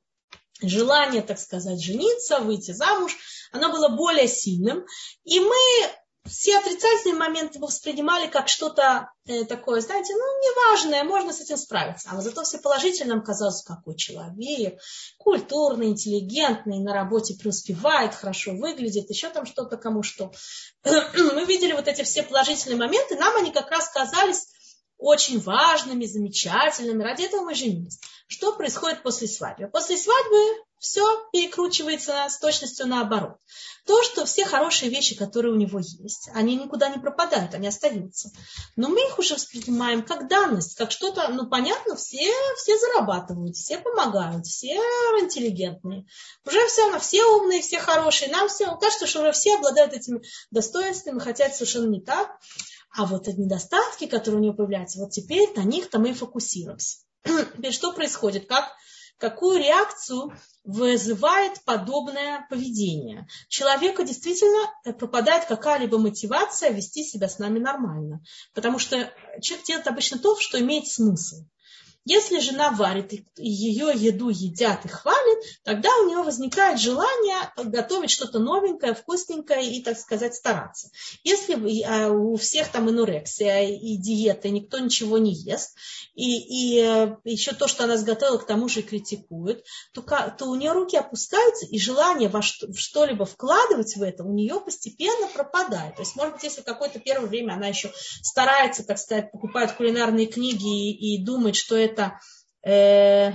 желание, так сказать, жениться, выйти замуж, оно было более сильным. И мы все отрицательные моменты мы воспринимали как что-то такое, знаете, неважное, можно с этим справиться. А вот зато все положительно нам казалось, какой человек, культурный, интеллигентный, на работе преуспевает, хорошо выглядит, еще там что-то, кому что. Мы видели вот эти все положительные моменты, нам они как раз казались очень важными, замечательными. Ради этого мы женились. Что происходит после свадьбы? После свадьбы все перекручивается с точностью наоборот. То, что все хорошие вещи, которые у него есть, они никуда не пропадают, они остаются. Но мы их уже воспринимаем как данность, как что-то, понятно, все зарабатывают, все помогают, все интеллигентные. Уже все умные, все хорошие. Нам все кажется, что уже все обладают этими достоинствами, хотя это совершенно не так. А вот эти недостатки, которые у него появляются, вот теперь на них-то мы и фокусируемся. Теперь что происходит? Какую реакцию вызывает подобное поведение? Человеку действительно пропадает какая-либо мотивация вести себя с нами нормально. Потому что человек делает обычно то, что имеет смысл. Если жена варит, и ее еду едят и хвалят, тогда у нее возникает желание готовить что-то новенькое, вкусненькое и, так сказать, стараться. Если у всех там анорексия и диета, и никто ничего не ест, и еще то, что она сготовила, к тому же и критикует, то у нее руки опускаются, и желание во что-либо вкладывать в это у нее постепенно пропадает. То есть, может быть, если какое-то первое время она еще старается, так сказать, покупает кулинарные книги и думает, что это я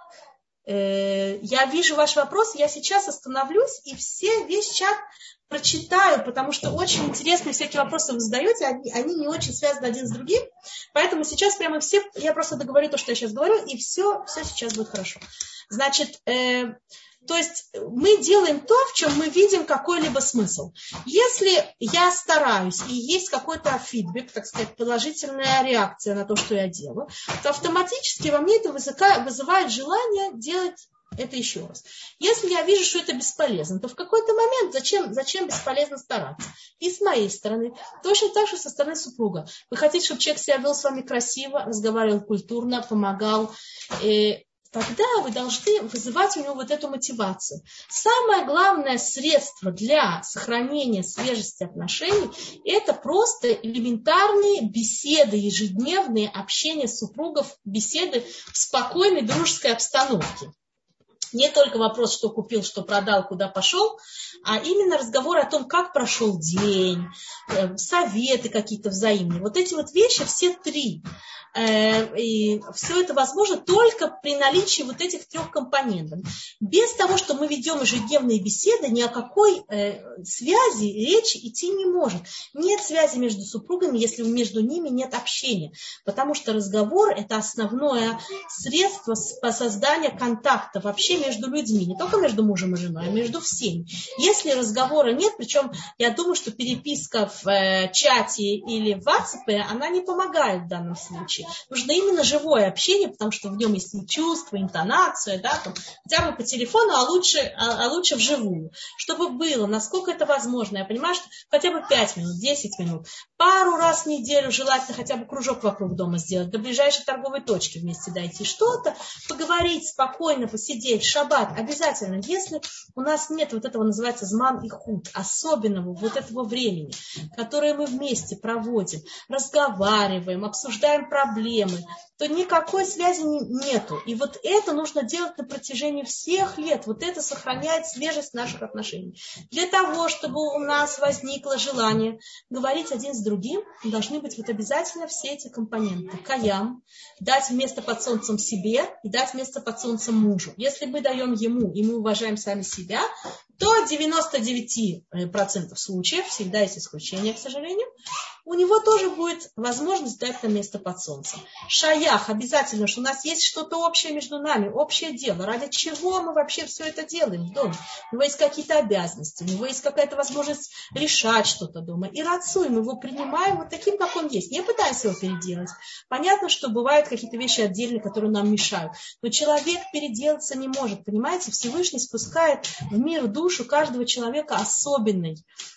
вижу ваш вопрос, я сейчас остановлюсь и весь чат прочитаю, потому что очень интересные всякие вопросы вы задаете, они не очень связаны один с другим, поэтому сейчас прямо все, я просто договорю то, что я сейчас говорю, и все сейчас будет хорошо. Значит, то есть мы делаем то, в чем мы видим какой-либо смысл. Если я стараюсь и есть какой-то фидбэк, так сказать, положительная реакция на то, что я делаю, то автоматически во мне это вызывает желание делать это еще раз. Если я вижу, что это бесполезно, то в какой-то момент зачем бесполезно стараться? И с моей стороны, точно так же со стороны супруга. Вы хотите, чтобы человек себя вел с вами красиво, разговаривал культурно, помогал, тогда вы должны вызывать у него вот эту мотивацию. Самое главное средство для сохранения свежести отношений – это просто элементарные беседы, ежедневные общения супругов, беседы в спокойной дружеской обстановке. Не только вопрос, что купил, что продал, куда пошел, а именно разговор о том, как прошел день, советы какие-то взаимные. Вот эти вот вещи, все три. И все это возможно только при наличии вот этих трех компонентов. Без того, что мы ведем ежедневные беседы, ни о какой связи речи идти не может. Нет связи между супругами, если между ними нет общения. Потому что разговор – это основное средство по созданию контакта вообще между людьми. Не только между мужем и женой, а между всеми. Если разговора нет, причем я думаю, что переписка в чате или в WhatsApp, она не помогает в данном случае. Нужно именно живое общение, потому что в нем есть и чувство, интонация, да, там, хотя бы по телефону, а лучше вживую. Чтобы было, насколько это возможно. Я понимаю, что хотя бы 5 минут, 10 минут, пару раз в неделю желательно хотя бы кружок вокруг дома сделать, до ближайшей торговой точки вместе дойти, что-то, поговорить спокойно, посидеть, в шаббат обязательно. Если у нас нет вот этого, называется, зман и худ, особенного вот этого времени, которое мы вместе проводим, разговариваем, обсуждаем проблемы, то никакой связи нету. И вот это нужно делать на протяжении всех лет. Вот это сохраняет свежесть наших отношений. Для того, чтобы у нас возникло желание говорить один с другим, должны быть вот обязательно все эти компоненты. Каям, дать место под солнцем себе и дать место под солнцем мужу. Если мы даем ему, и мы уважаем сами себя, то 99% случаев, всегда есть исключения, к сожалению, у него тоже будет возможность дать нам место под солнцем. Шаях обязательно, что у нас есть что-то общее между нами, общее дело. Ради чего мы вообще все это делаем в доме? У него есть какие-то обязанности, у него есть какая-то возможность решать что-то дома. И рацуем, его принимаем вот таким, как он есть. Не пытаемся его переделать. Понятно, что бывают какие-то вещи отдельные, которые нам мешают. Но человек переделаться не может. Понимаете, Всевышний спускает в мир душу каждого человека особенной.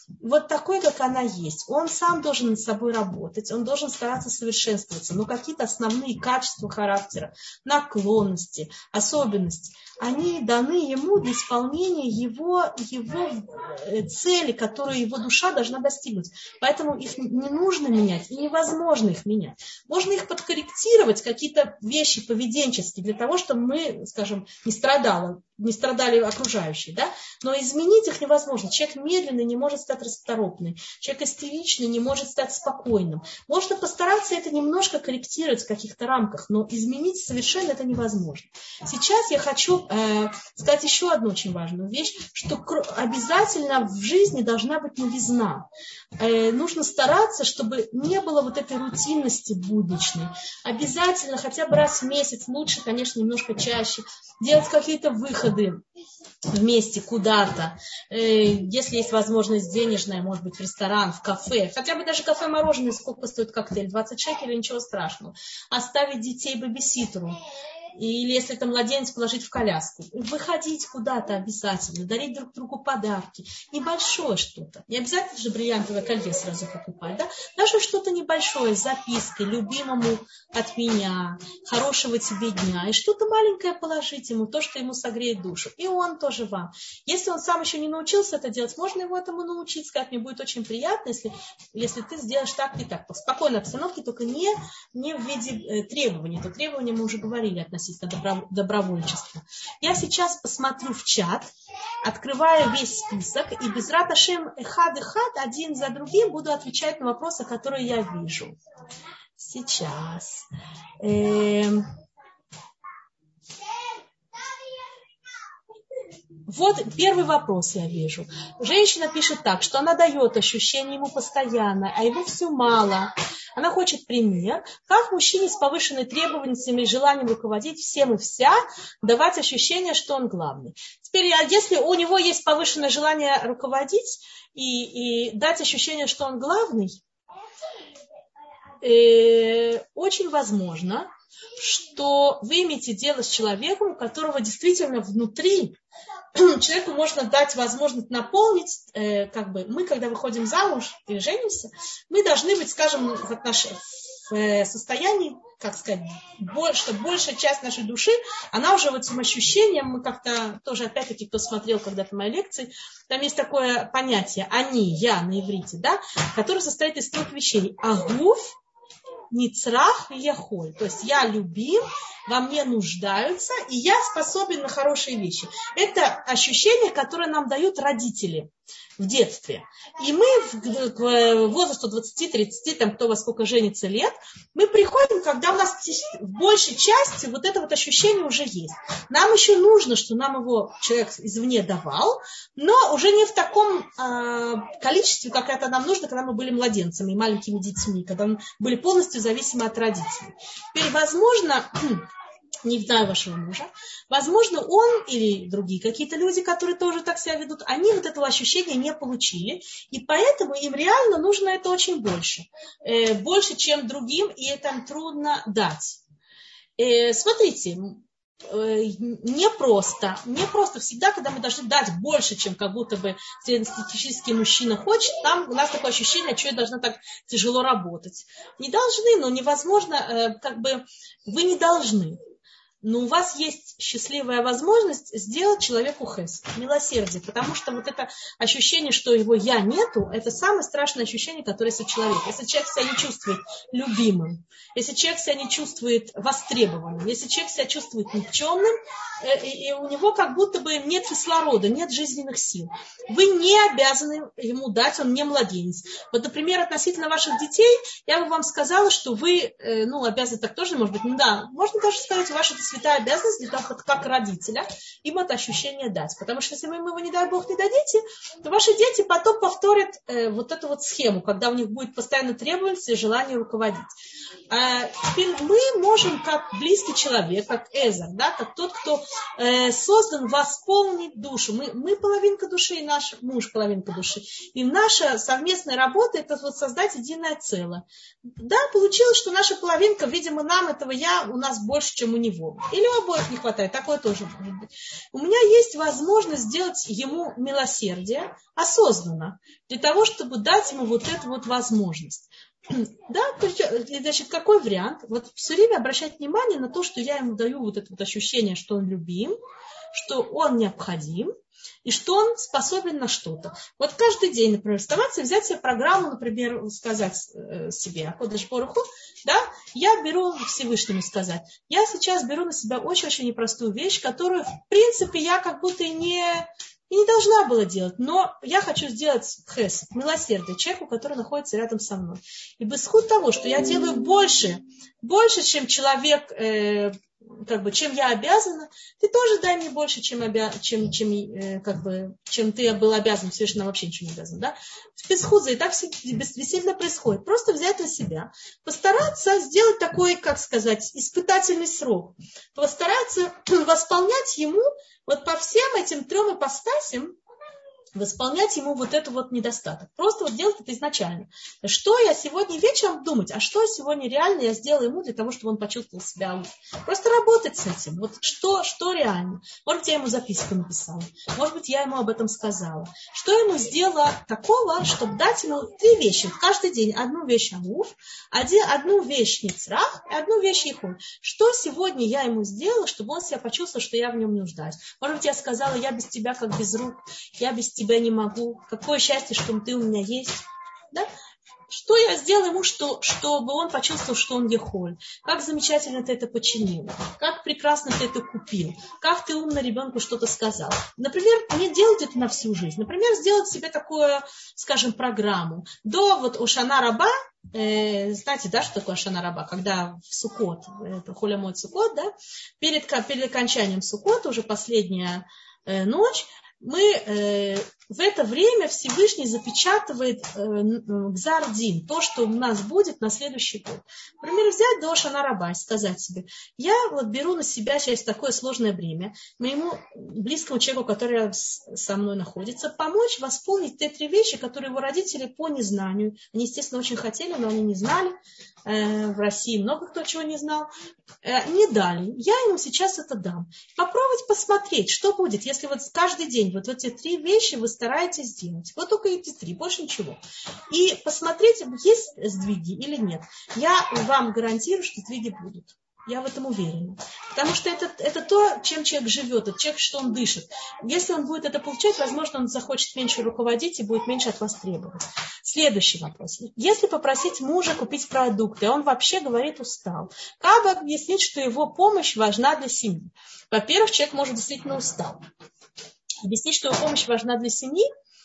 вот такой, как она есть. Он сам должен над собой работать, он должен стараться совершенствоваться, но какие-то основные качества характера, наклонности, особенности, они даны ему для исполнения его цели, которую его душа должна достигнуть. Поэтому их не нужно менять и невозможно их менять. Можно их подкорректировать, какие-то вещи поведенческие, для того, чтобы мы, скажем, не страдали окружающие, да? Но изменить их невозможно. Человек медленный не может стать расторопный, человек истеричный не может стать спокойным. Можно постараться это немножко корректировать в каких-то рамках, но изменить совершенно это невозможно. Сейчас я хочу сказать еще одну очень важную вещь, что обязательно в жизни должна быть новизна. Нужно стараться, чтобы не было вот этой рутинности будничной. Обязательно хотя бы раз в месяц, лучше, конечно, немножко чаще, делать какие-то выходы вместе куда-то. Если есть возможность денежная, может быть, в ресторан, в кафе. Хотя бы даже кафе-мороженое, сколько стоит коктейль? 20 шекелей, ничего страшного. Оставить детей бэбиситеру. Или если это младенец, положить в коляску. Выходить куда-то обязательно, дарить друг другу подарки. Небольшое что-то. Не обязательно же бриллиантовое колье сразу покупать. Да? Даже что-то небольшое, с запиской, любимому от меня, хорошего тебе дня. И что-то маленькое положить ему, то, что ему согреет душу. И он тоже вам. Если он сам еще не научился это делать, можно его этому научить, сказать, мне будет очень приятно, если ты сделаешь так и так. В спокойной обстановке, только не в виде требований. То требования мы уже говорили относительно добровольчества. Я сейчас посмотрю в чат, открываю весь список, и без рат Ашем эхад, один за другим буду отвечать на вопросы, которые я вижу. Сейчас. Вот первый вопрос я вижу. Женщина пишет так, что она дает ощущение ему постоянно, а его все мало. Она хочет пример, как мужчине с повышенной требовательностью и желанием руководить всем и вся, давать ощущение, что он главный. Теперь, если у него есть повышенное желание руководить и дать ощущение, что он главный, очень возможно, что вы имеете дело с человеком, у которого действительно внутри человеку можно дать возможность наполнить, мы, когда выходим замуж и женимся, мы должны быть, скажем, в состоянии, что большая часть нашей души, она уже вот этим ощущением, мы как-то тоже, опять-таки, кто смотрел когда-то мои лекции, там есть такое понятие «они», «я» на иврите, да, которое состоит из 3 вещей. Агуф, Ницрах и Яхоль. То есть я любим, во мне нуждаются, и я способен на хорошие вещи. Это ощущение, которое нам дают родители в детстве. И мы к возрасту 20-30, там кто во сколько женится лет, мы приходим, когда у нас в большей части вот это вот ощущение уже есть. Нам еще нужно, что нам его человек извне давал, но уже не в таком количестве, как это нам нужно, когда мы были младенцами, маленькими детьми, когда мы были полностью зависимы от родителей. Теперь, возможно, не знаю вашего мужа, возможно, он или другие какие-то люди, которые тоже так себя ведут, они вот этого ощущения не получили, и поэтому им реально нужно это очень больше, чем другим, и это трудно дать. Смотрите, непросто всегда, когда мы должны дать больше, чем как будто бы среднестатистический мужчина хочет, там у нас такое ощущение, что я должна так тяжело работать. Не должны, но невозможно, вы не должны. Но у вас есть счастливая возможность сделать человеку хесед, милосердие, потому что вот это ощущение, что его «я» нету, это самое страшное ощущение, которое есть у человека. Если человек себя не чувствует любимым, если человек себя не чувствует востребованным, если человек себя чувствует никчемным, и у него как будто бы нет кислорода, нет жизненных сил. Вы не обязаны ему дать, он не младенец. Вот, например, относительно ваших детей, я бы вам сказала, что вы, обязаны так тоже, может быть, можно даже сказать, ваша святая обязанность для того, как родителя, им это ощущение дать. Потому что если вы его, не дай Бог, не дадите, то ваши дети потом повторят вот эту вот схему, когда у них будет постоянно требовательность и желание руководить. Теперь мы можем, как близкий человек, как Эзер, да, как тот, кто создан восполнить душу. Мы половинка души, и наш муж половинка души. И наша совместная работа – это вот создать единое целое. Да, получилось, что наша половинка, видимо, нам этого «я» у нас больше, чем у него. одного. Или у обоих не хватает, такое тоже может быть. У меня есть возможность сделать ему милосердие осознанно, для того, чтобы дать ему вот эту вот возможность. Да, значит, какой вариант? Вот все время обращать внимание на то, что я ему даю вот это вот ощущение, что он любим, что он необходим, и что он способен на что-то. Вот каждый день, например, вставать и взять себе программу, например, сказать себе, Акодеш Боруху, да, я беру Всевышнему сказать, я сейчас беру на себя очень-очень непростую вещь, которую, в принципе, я как будто и не должна была делать, но я хочу сделать хесед, милосердие человеку, который находится рядом со мной. И без сход того, что я делаю больше, чем человек, чем я обязана, ты тоже дай мне больше, чем ты был обязан, Всевышний вообще ничего не обязан. Да? Без худза и так действительно происходит. Просто взять на себя, постараться сделать такой, испытательный срок, постараться восполнять ему вот по всем этим 3 ипостасям, восполнять ему вот этот вот недостаток. Просто вот делать это изначально. Что я сегодня вечером думать, а что сегодня реально я сделаю ему для того, чтобы он почувствовал себя лучше. Просто работать с этим. Вот что реально. Может быть, я ему записку написала. Может быть, я ему об этом сказала. Что ему сделала такого, чтобы дать ему 3 вещи. Каждый день 1 вещь Агуф, 1 вещь Ницрах и 1 вещь Ихуль. Что сегодня я ему сделала, чтобы он себя почувствовал, что я в нем нуждаюсь. Может быть, я сказала, я без тебя как без рук, я без тебя не могу. Какое счастье, что ты у меня есть. Да? Что я сделала ему, чтобы он почувствовал, что он ехоль? Как замечательно ты это починил? Как прекрасно ты это купил? Как ты умно ребенку что-то сказал? Например, не делать это на всю жизнь. Например, сделать себе такую, скажем, программу. До вот Ошана Раба, знаете, да, что такое Ошана Раба? Когда в Суккот, Холь Амоэд Суккот, да, перед окончанием Суккота, уже последняя ночь, мы в это время Всевышний запечатывает Гзар-Дин, то, что у нас будет на следующий год. Например, взять до Ошана Раба и сказать себе, я вот беру на себя сейчас такое сложное бремя, моему близкому человеку, который со мной находится, помочь восполнить те 3 вещи, которые его родители по незнанию, они, естественно, очень хотели, но они не знали, в России много кто чего не знал, не дали. Я ему сейчас это дам. Попробовать посмотреть, что будет, если вот каждый день вот эти 3 вещи вы стараетесь сделать. Вот только эти 3, больше ничего. И посмотреть, есть сдвиги или нет. Я вам гарантирую, что сдвиги будут. Я в этом уверена. Потому что это то, чем человек живет, это человек, что он дышит. Если он будет это получать, возможно, он захочет меньше руководить и будет меньше от вас требовать. Следующий вопрос. Если попросить мужа купить продукты, он вообще говорит устал. Как бы объяснить, что его помощь важна для семьи? Во-первых, человек может действительно устал. Объяснить, что его помощь важна для семьи,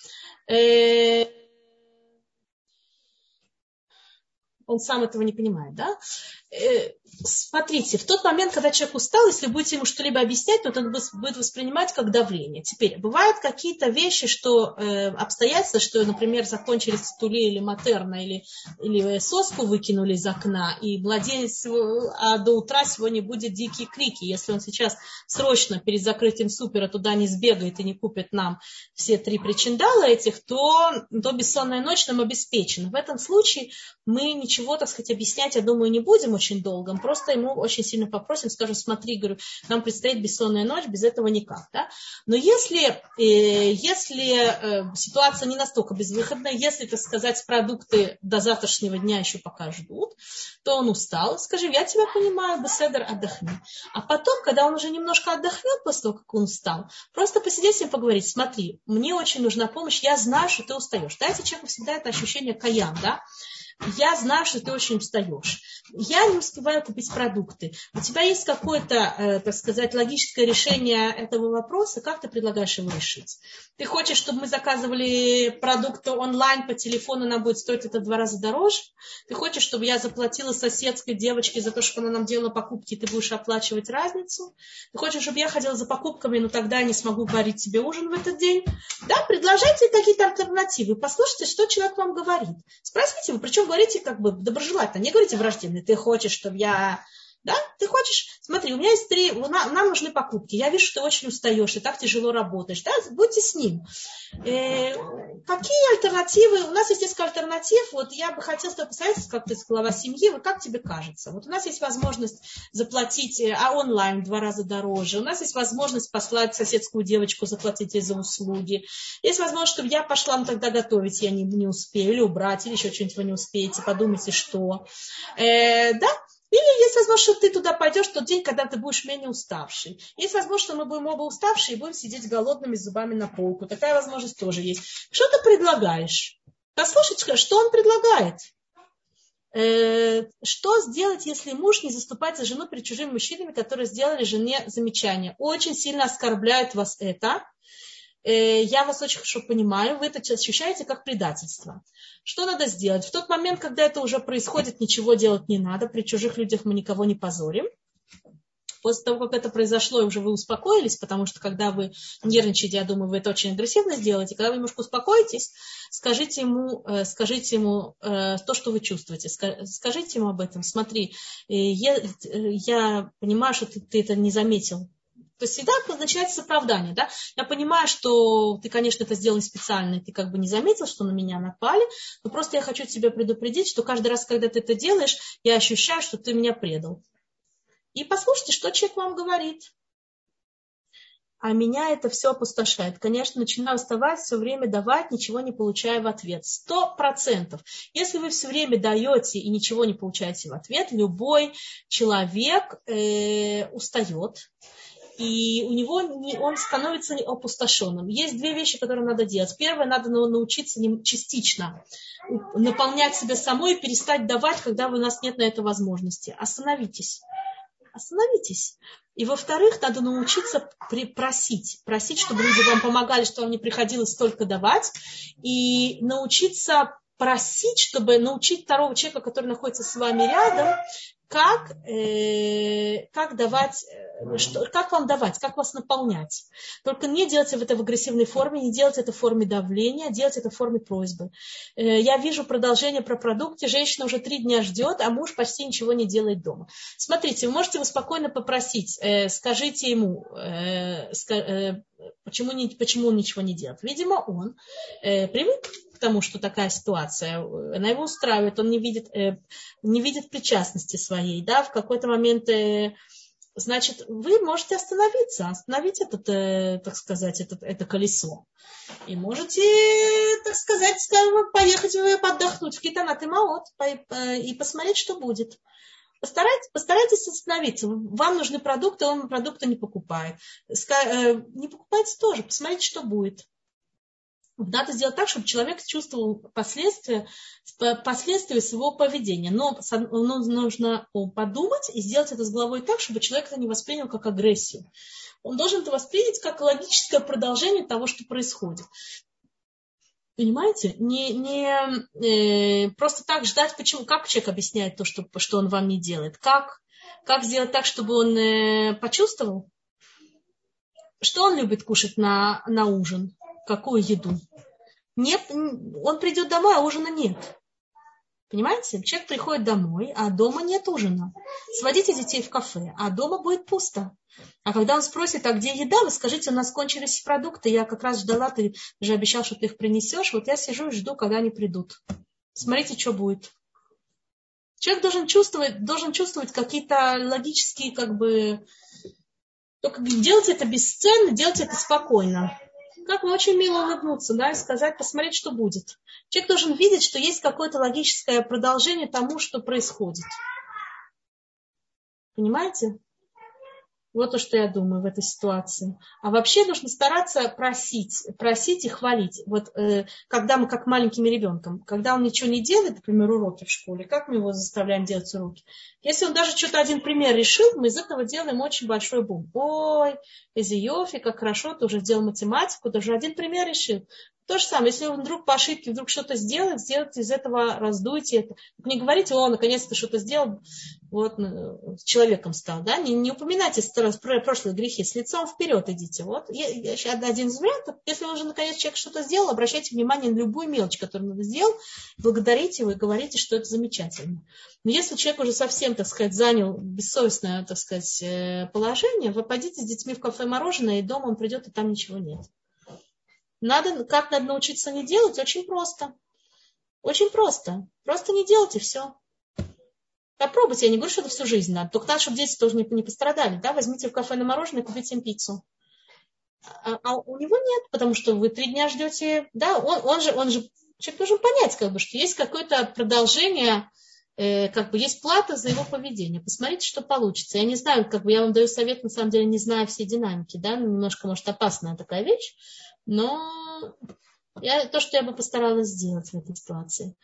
он сам этого не понимает, да? Смотрите, в тот момент, когда человек устал, если будете ему что-либо объяснять, то он будет воспринимать как давление. Теперь, бывают какие-то вещи, обстоятельства, что, например, закончились тули или матерна, или соску выкинули из окна, и младенец, а до утра сегодня будет дикие крики. Если он сейчас срочно перед закрытием супера туда не сбегает и не купит нам все 3 причиндала этих, то бессонная ночь нам обеспечена. В этом случае мы ничего, так сказать, объяснять, я думаю, не будем очень долго. Просто ему очень сильно попросим, скажем, смотри, говорю, нам предстоит бессонная ночь, без этого никак. Да? Но если ситуация не настолько безвыходная, если, так сказать, продукты до завтрашнего дня еще пока ждут, то он устал, скажем, я тебя понимаю, беседер, отдохни. А потом, когда он уже немножко отдохнет после того, как он устал, просто посидеть с ним поговорить, смотри, мне очень нужна помощь, я знаю, что ты устаешь. Дайте человеку всегда это ощущение каян, да? Я знаю, что ты очень устаешь. Я не успеваю купить продукты. У тебя есть какое-то, так сказать, логическое решение этого вопроса? Как ты предлагаешь его решить? Ты хочешь, чтобы мы заказывали продукты онлайн по телефону, нам будет стоить это в 2 раза дороже? Ты хочешь, чтобы я заплатила соседской девочке за то, чтобы она нам делала покупки, и ты будешь оплачивать разницу? Ты хочешь, чтобы я ходила за покупками, но тогда я не смогу варить тебе ужин в этот день? Да, предложите какие-то альтернативы. Послушайте, что человек вам говорит. Спросите его, причем говорите как бы доброжелательно, не говорите враждебно. Ты хочешь, чтобы я Да? Ты хочешь, смотри, у меня есть нам нужны покупки. Я вижу, что ты очень устаешь, и так тяжело работаешь. Да? Будьте с ним. Какие альтернативы? У нас есть несколько альтернатив. Вот я бы хотела с тобой посоветовать, как ты глава семьи, вот как тебе кажется? Вот у нас есть возможность заплатить онлайн в 2 раза дороже. У нас есть возможность послать соседскую девочку, заплатить ей за услуги. Есть возможность, чтобы я пошла, но тогда готовить я не успею, или убрать, или еще что-нибудь вы не успеете, подумайте, что. Да? Или есть возможность, что ты туда пойдешь в тот день, когда ты будешь менее уставший. Есть возможность, что мы будем оба уставшие и будем сидеть голодными с зубами на полку. Такая возможность тоже есть. Что ты предлагаешь? Послушайте, что он предлагает. Что сделать, если муж не заступает за жену перед чужими мужчинами, которые сделали жене замечание? Очень сильно оскорбляет вас это. Я вас очень хорошо понимаю, вы это ощущаете как предательство. Что надо сделать? В тот момент, когда это уже происходит, ничего делать не надо, при чужих людях мы никого не позорим. После того, как это произошло, и уже вы успокоились, потому что когда вы нервничаете, я думаю, вы это очень агрессивно сделаете, когда вы немножко успокоитесь, скажите ему то, что вы чувствуете, скажите ему об этом. Смотри, я понимаю, что ты это не заметил. То есть всегда начинается с оправдания, да? Я понимаю, что ты, конечно, это сделал специально, и ты как бы не заметил, что на меня напали, но просто я хочу тебя предупредить, что каждый раз, когда ты это делаешь, я ощущаю, что ты меня предал. И послушайте, что человек вам говорит. А меня это все опустошает. Конечно, начинаю уставать, все время давать, ничего не получая в ответ. 100%. Если вы все время даете и ничего не получаете в ответ, любой человек устает. И у него он становится опустошенным. Есть 2 вещи, которые надо делать. Первое, надо научиться частично наполнять себя самой и перестать давать, когда у нас нет на это возможности. Остановитесь. И во-вторых, надо научиться просить, чтобы люди вам помогали, чтобы вам не приходилось столько давать. И научиться просить, чтобы научить второго человека, который находится с вами рядом, как давать, как вам давать, как вас наполнять. Только не делайте это в агрессивной форме, не делайте это в форме давления, делайте это в форме просьбы. Я вижу продолжение про продукты. Женщина уже 3 дня ждет, а муж почти ничего не делает дома. Смотрите, вы можете его спокойно попросить, скажите ему, почему он ничего не делает. Видимо, он привык к тому, что такая ситуация, она его устраивает, он не видит причастности своей, да, в какой-то момент, значит, вы можете остановить это колесо. И можете, поехать отдохнуть в Китанат и Маот и посмотреть, что будет. Постарайтесь остановиться. Вам нужны продукты, он продукты не покупает. Не покупайте тоже, посмотрите, что будет. Надо сделать так, чтобы человек чувствовал последствия своего поведения. Но нужно подумать и сделать это с головой так, чтобы человек это не воспринял как агрессию. Он должен это воспринять как логическое продолжение того, что происходит. Понимаете? Не просто так ждать, почему, как человек объясняет то, что он вам не делает. Как сделать так, чтобы он почувствовал, что он любит кушать на ужин. Какую еду? Нет, он придет домой, а ужина нет. Понимаете? Человек приходит домой, а дома нет ужина. Сводите детей в кафе, а дома будет пусто. А когда он спросит, а где еда, вы скажите, у нас кончились продукты, я как раз ждала, ты же обещал, что ты их принесешь, вот я сижу и жду, когда они придут. Смотрите, что будет. Человек должен чувствовать какие-то логические, только делать это без сцены, делать это спокойно. Как вы очень мило улыбнуться, да, и сказать, посмотреть, что будет. Человек должен видеть, что есть какое-то логическое продолжение тому, что происходит. Понимаете? Вот то, что я думаю в этой ситуации. А вообще нужно стараться просить и хвалить. Вот когда мы как маленьким ребенком, когда он ничего не делает, например, уроки в школе, как мы его заставляем делать уроки? Если он даже что-то один пример решил, мы из этого делаем очень большой бум. Ой, Эзи Йофи, как хорошо, ты уже сделал математику, ты уже один пример решил. То же самое, если вы вдруг по ошибке вдруг что-то сделаете из этого, раздуйте это. Не говорите, о, наконец-то что-то сделал, вот, человеком стал, да, не упоминайте прошлые грехи, с лицом вперед идите. Вот, один из вариантов, если уже наконец человек что-то сделал, обращайте внимание на любую мелочь, которую он сделал, благодарите его и говорите, что это замечательно. Но если человек уже совсем, так сказать, занял бессовестное, так сказать, положение, вы пойдите с детьми в кафе мороженое, и дома он придет, и там ничего нет. Как надо научиться не делать? Очень просто. Очень просто. Просто не делайте все. Попробуйте. Я не говорю, что это всю жизнь надо. Только надо, чтобы дети тоже не пострадали. Да? Возьмите в кафе на мороженое и купите им пиццу. А у него нет, потому что вы 3 дня ждете. Да? Он же, человек должен понять, как бы, что есть какое-то продолжение, как бы есть плата за его поведение. Посмотрите, что получится. Я не знаю, как бы я вам даю совет, на самом деле, не зная все динамики. Да? Немножко, может, опасная такая вещь. Но то, что я бы постаралась сделать в этой ситуации.